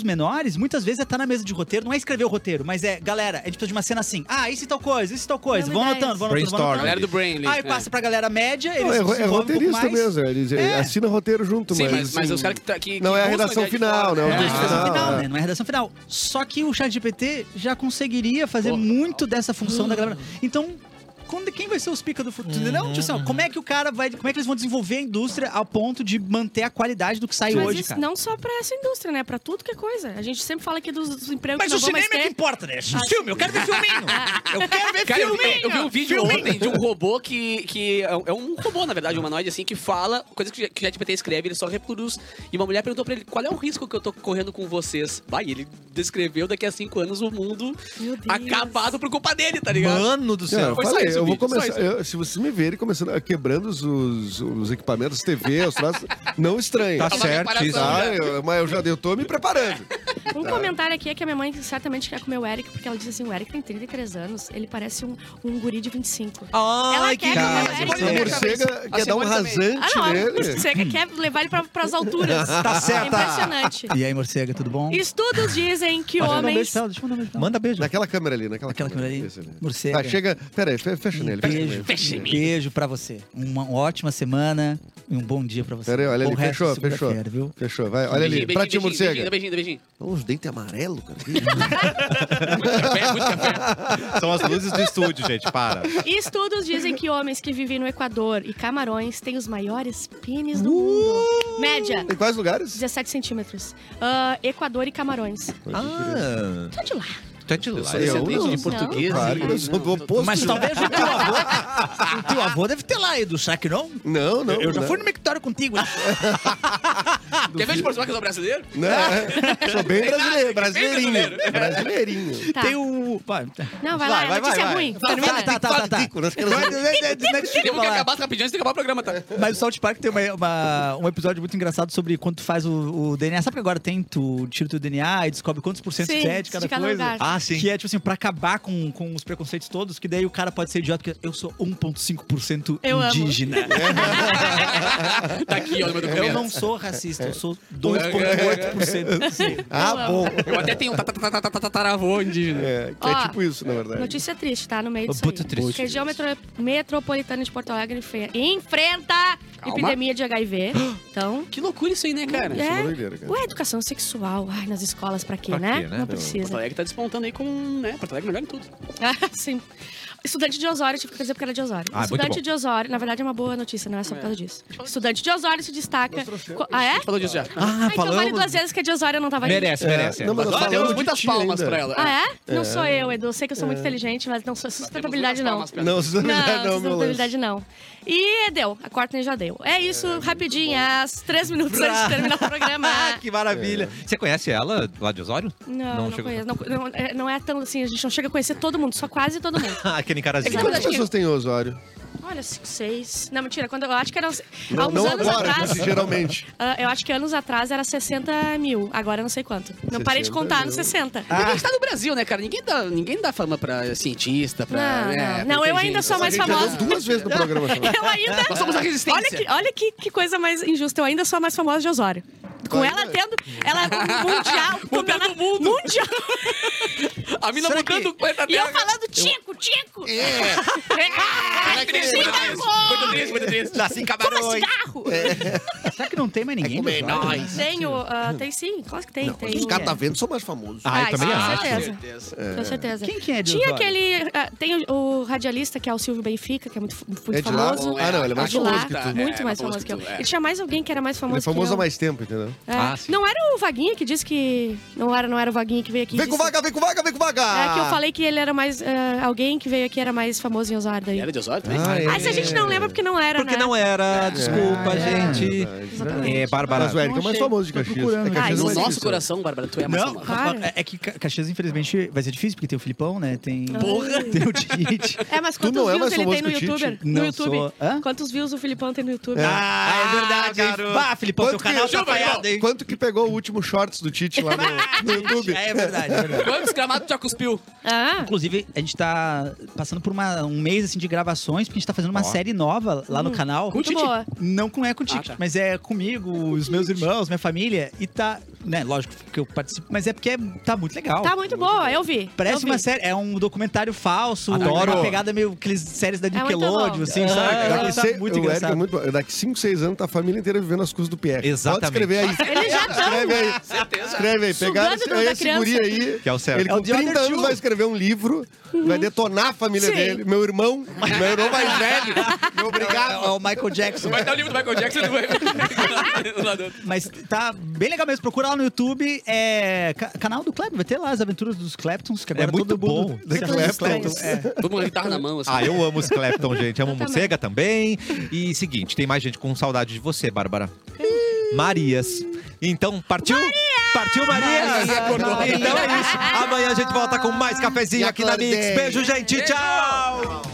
B: Soares, muitas vezes é estar na mesa de roteiro, não é escrever o roteiro, mas é, galera, a gente precisa de uma cena assim. Ah, isso e tal coisa, isso e tal coisa.
I: Não,
B: Vão
I: ideias.
B: anotando, vão anotando, vão
A: Brainstorm.
D: Galera
B: anotando.
D: do Brain ali.
B: Aí
D: é.
B: passa pra galera média, eles
C: Não, é, ro- é
B: desenvolvem um pouco
C: roteirista
B: mais.
C: mesmo, eles
B: É.
C: assinam roteiro junto,
D: Sim,
C: mas...
D: mas, mas
C: assim,
D: os caras que, tá- que.
C: não
D: que
C: é a
D: buscam
C: redação
D: ideia de
C: final,
D: fora,
C: né? O
B: Não é a
C: texto
B: redação
C: final,
B: final,
C: é.
B: né? Não é a redação final. Só que o ChatGPT já conseguiria fazer muito dessa função da galera. Então, quando, quem vai ser os pica do futuro? Entendeu? Tipo assim, ó, como é que o cara vai. Como é que eles vão desenvolver a indústria ao ponto de manter a qualidade do que sai
I: Mas
B: hoje,
I: isso
B: cara?
I: não só pra essa indústria, né? Pra tudo que é coisa. A gente sempre fala aqui dos, dos empregos
B: Mas
I: que
B: o
I: não vão mais
B: cinema é que
I: ter.
B: importa, né? O filme, eu quero ver filminho. Eu quero ver
D: Cara, eu vi,
B: filminho.
D: eu vi um vídeo
B: Filminho.
D: ontem de um robô que, que é um- é um robô, na verdade, um humanoide, assim, que fala coisas que o ChatGPT escreve, ele só reproduz. E uma mulher perguntou pra ele, qual é o risco que eu tô correndo com vocês? Vai, ele descreveu daqui a cinco anos o mundo
I: Meu Deus.
D: acabado por culpa dele, tá ligado?
A: Mano do
C: Não,
A: céu.
C: eu
D: Foi só
C: falei,
D: isso o
C: eu vou
D: vídeo, só
C: começar.
D: isso.
C: eu- se vocês me verem começando a quebrando os, os, os equipamentos, T V, os troços, não estranhe.
A: Tá
D: uma
A: certo
D: reparação,
A: isso.
C: Tá, eu, mas eu já eu tô me preparando.
I: Um comentário aqui é que a minha mãe certamente quer comer o Eric, porque ela diz assim, o Eric tem trinta e três anos, ele parece um, um guri de vinte e cinco.
A: Ai,
I: Ela
A: que
I: quer
A: cara.
I: comer o Eric.
C: A morcega quer dar um
D: Simone também.
C: rasante
I: Ah, não,
C: nele.
I: você quer levar ele pra, pras alturas.
B: Tá certa.
I: É impressionante.
B: E aí, morcega, tudo bom?
I: Estudos dizem que
B: Deixa eu mandar um beijo
I: homens...
B: pra ela, deixa eu mandar um beijo pra ela.
A: Manda beijo.
C: Naquela câmera ali, naquela
B: Aquela câmera ali.
C: Isso ali.
B: Morcega.
C: Tá, chega. Pera aí, fe- fecha nele. Fecha
B: Beijo,
C: nele.
D: Fecha em mim.
B: beijo pra você. Uma ótima semana e um bom dia pra você.
C: Pera aí, olha
B: Bom
C: ali,
B: resto
C: fechou,
B: de
C: fechou.
B: segunda-feira, viu?
C: Fechou, vai. Olha ali,
D: Beijinho,
C: pra ti,
D: beijinho, beijinho,
C: morcega.
D: beijinho, beijinho.
C: Oh, os dentes amarelos, cara.
D: Muito café, muito café.
A: São as luzes do estúdio, gente. Para.
I: Estudos dizem que homens que vivem no Equador e Camarões têm os maiores pênis do mundo. Média,
C: Em quais lugares?
I: dezessete centímetros. Ah, Equador e Camarões.
A: Ah,
I: Tá de lá.
A: tu é de lá.
C: Eu
D: Descendente
C: não.
D: de português.
C: Claro,
D: e-
C: eu sou do
D: não,
C: oposto.
B: Mas talvez o teu avô. O teu avô deve ter lá, Edu, será que não?
C: Não, não.
B: Eu já
C: não.
B: fui no mictório contigo. hein?
D: Quer ver de Portugal que eu sou brasileiro?
C: Não, é. Sou bem brasileiro, brasileirinho.
D: brasileiro.
C: Brasileirinho.
I: Tá.
B: Tem o. Vai,
I: Não, vai, lá, a notícia é ruim. Termina.
B: tá, tá, tá, tá.
C: Nós queremos ver.
D: Temos que
B: Falar.
D: acabar rapidinho antes de acabar o programa, tá?
B: Mas o South Park tem uma, uma- um episódio muito engraçado sobre quando tu faz o, o D N A. Sabe que agora tem, tu tira o teu D N A e descobre quantos por cento
I: Sim,
B: que é de cada,
I: de cada
B: coisa?
I: lugar.
A: Ah, sim.
B: Que é, tipo assim, pra acabar com, com os preconceitos todos, que daí o cara pode ser idiota, porque eu sou um vírgula cinco por cento
I: Eu amo.
B: indígena.
D: Tá aqui, ó, no meu
B: Eu
D: documento.
B: não sou racista, eu sou dois vírgula oito por cento. Sim.
C: Ah, bom.
D: Eu até tenho um tataravô indígena.
C: É, que
I: Ó,
C: é tipo isso, na verdade.
I: Notícia triste, tá? No meio disso
A: Muito
I: aí.
A: triste.
I: Região metro- metropolitana de Porto Alegre enfre- enfrenta
D: Calma.
I: epidemia de H I V. Então,
D: Que loucura isso aí, né, cara?
C: Isso é uma
I: é.
C: doideira, cara.
I: Ué, educação sexual. Ai, nas escolas, pra quê,
A: Pra
I: né?
A: quê, né?
I: Não
D: Porto
I: precisa.
D: Alegre tá despontando aí com, né? Porto Alegre melhor em tudo.
I: Ah, sim. Estudante de Osório, tive que dizer porque era de Osório.
A: Ah, muito
I: Estudante
A: bom.
I: de Osório, na verdade é uma boa notícia, não é só por causa disso. Estudante de Osório se destaca. Co- Ah, é?
D: Falou disso já.
A: Ah,
I: Ah, então vale
A: falamos.
I: duas vezes que a de Osório não tava aqui.
A: Merece, merece.
C: Não, mas nós
D: Ah,
C: falamos
D: temos
C: de
D: muitas
C: ti
D: palmas
C: ainda.
D: pra ela.
I: Ah, é? Não sou eu, Edu. Eu sei que eu sou muito inteligente, mas não sou sustentabilidade, não.
C: Não,
I: Não,
C: sustentabilidade não, meu lance.
I: sustentabilidade não. E deu, a Courtney já deu. É isso, rapidinho, às três minutos antes de terminar o programa.
A: Ah, que maravilha. Você conhece ela lá de Osório?
I: Não, não,
A: chegou.
I: conheço. Não, não, é- não é tão assim, a gente não chega a conhecer todo mundo, só quase todo mundo.
A: Ah, aquele carazinho.
C: Quantas pessoas tem em Osório?
I: Olha, cinco, seis. Não, mentira, quando eu acho que era. Há
C: Não,
I: uns
C: não
I: anos
C: agora,
I: atrás.
C: mas geralmente.
I: ah, eu acho que anos atrás era sessenta mil, agora eu não sei quanto. Não parei de
C: sessenta
I: contar
C: mil.
I: nos sessenta.
D: Porque a gente tá no Brasil, né, cara? Ninguém dá, ninguém dá fama pra cientista, pra.
I: Não,
D: né,
I: não.
D: pra
I: Não, eu ainda
D: inteligência.
I: sou mais
C: A gente já
I: famosa.
C: deu duas vezes no programa. só.
I: Eu ainda.
D: Nós somos a resistência.
I: Olha, que, olha que, que coisa mais injusta. Eu ainda sou a mais famosa de Osório. Com
C: Vai,
I: ela
C: vai.
I: tendo. Ela mundial.
D: Mudando
I: campeonato
D: o mundo.
I: Mundial.
D: A mina
B: Será
D: mudando
B: que-
D: o planeta
I: E eu
D: Terra.
I: falando Tico, Tico.
D: Muito
I: É.
D: triste, muito triste. Muito triste, muito triste.
A: Nasci em
I: Fuma
A: Camarões.
I: cigarro.
B: Será que não tem mais ninguém?
C: comer
B: no Osório?
C: nós.
I: Tenho, ah, tem sim, claro que tem. tem
C: Os caras tá vendo, são mais famosos.
A: Ah, eu
I: Ah,
A: também
I: isso
A: acho.
I: com certeza. Com certeza.
B: Quem que é de
I: Tinha
B: Osório?
I: aquele. ah, tem o, o radialista, que é o Silvio Benfica, que é muito, muito
C: É de lá?
I: famoso.
C: Ah, não, ele é mais
I: de lá,
C: famoso que tu.
D: É,
I: muito
D: é
I: mais
D: mais
I: famoso que eu.
D: que tu, é.
I: E tinha mais alguém que era mais famoso
C: Ele é famoso
I: que
C: há
I: eu.
C: mais tempo, entendeu?
I: É.
A: Ah, sim.
I: Não era o Vaguinha que disse que. Não era, não era o Vaguinha que veio aqui. e
C: Vem com
I: disse-
C: vaga, vem com vaga, vem com vaga!
I: É que eu falei que ele era mais. ah, alguém que veio aqui era mais famoso em Osório daí.
D: Era de Osório também?
C: Ah, é.
I: Ah, se a gente não lembra, porque não era,
A: Porque
I: né?
A: não era, desculpa,
C: É,
A: gente.
C: verdade.
I: Exatamente.
A: É, Bárbara.
C: Mas o Eric é o mais
B: achei.
C: famoso de
B: Tô
C: Caxias.
B: procurando.
C: É
I: Ah,
C: Caxias
I: isso
D: No
C: é mais
D: nosso
C: difícil.
D: coração, Bárbara, tu é mais
B: Não,
D: famosa.
I: Cara.
B: é que Ca- Caxias, infelizmente, vai ser difícil, porque tem o Filipão, né? Tem,
D: Porra!
B: tem o Tite.
I: É, mas
C: Tu
I: quantos
C: não é
I: views
C: mais
I: ele tem
C: famoso
I: no
C: que o Tite?
I: YouTuber?
B: Não
I: No YouTube.
B: sou. Hã?
I: Quantos views o Filipão tem no YouTube?
B: Ah, é verdade.
A: garoto.
B: Bah, Filipão, teu
C: Quanto que-
B: canal tá
D: Chupa,
B: falhado. daí-
C: quanto que pegou o último shorts do Tite lá no, no YouTube?
B: É verdade, é verdade.
D: Quantos gramados já cuspiu?
I: Ah,
B: Inclusive, a gente tá passando por uma- um mês assim, de gravações, porque a gente tá fazendo uma série nova lá no canal.
I: muito boa.
B: Não com, é com o Tite,
D: Ah, tá.
B: mas é comigo, os meus irmãos, minha família. E tá, né, lógico que eu participo, mas é porque é- tá muito legal.
I: Tá muito boa, eu vi.
B: Parece
I: eu vi.
B: uma série, é um documentário falso,
A: Adoro.
B: uma pegada meio aqueles séries da
I: É muito
B: Nickelodeon,
I: bom.
B: assim, sabe?
C: Daqui,
B: Tá
C: se-
B: muito
C: o Eric é
B: engraçado.
C: muito bom. Daqui cinco, seis anos, tá a família inteira vivendo as coisas do Pierre.
A: Exatamente.
C: Pode escrever aí.
I: Eles já tão.
C: Escreve aí. Escreve aí. Pegaram
I: Sugando
C: esse,
I: tudo da
C: esse guri
I: criança.
C: aí.
A: Que é o certo.
C: Ele
B: É o
C: com
B: The Other
C: trinta anos
B: Two.
C: vai escrever um livro, vai detonar a família
I: Sim.
C: dele. Meu irmão, meu irmão mais velho, me
B: É,
C: obrigado.
B: é o Michael Jackson.
D: Vai dar o livro do Michael Jackson do lado.
B: Mas tá bem legal mesmo. Procura lá no YouTube. É, ca- canal do Clapton. Vai ter lá as aventuras dos Claptons, que agora
A: É muito
B: todo mundo...
A: bom.
B: se
C: The
B: chama dos
C: Claptons.
B: Clapton, é.
D: Todo mundo com a guitarra na mão, assim.
A: Ah, eu amo os Clapton, gente. Amo
I: Eu também.
A: Mocega também. E seguinte, tem mais gente com saudade de você, Bárbara. Marias. Então, partiu? Partiu, Marias! Então é isso. Amanhã a gente volta com mais cafezinho
C: Me
A: aqui na Mix.
C: acordei.
A: Beijo, gente. Tchau!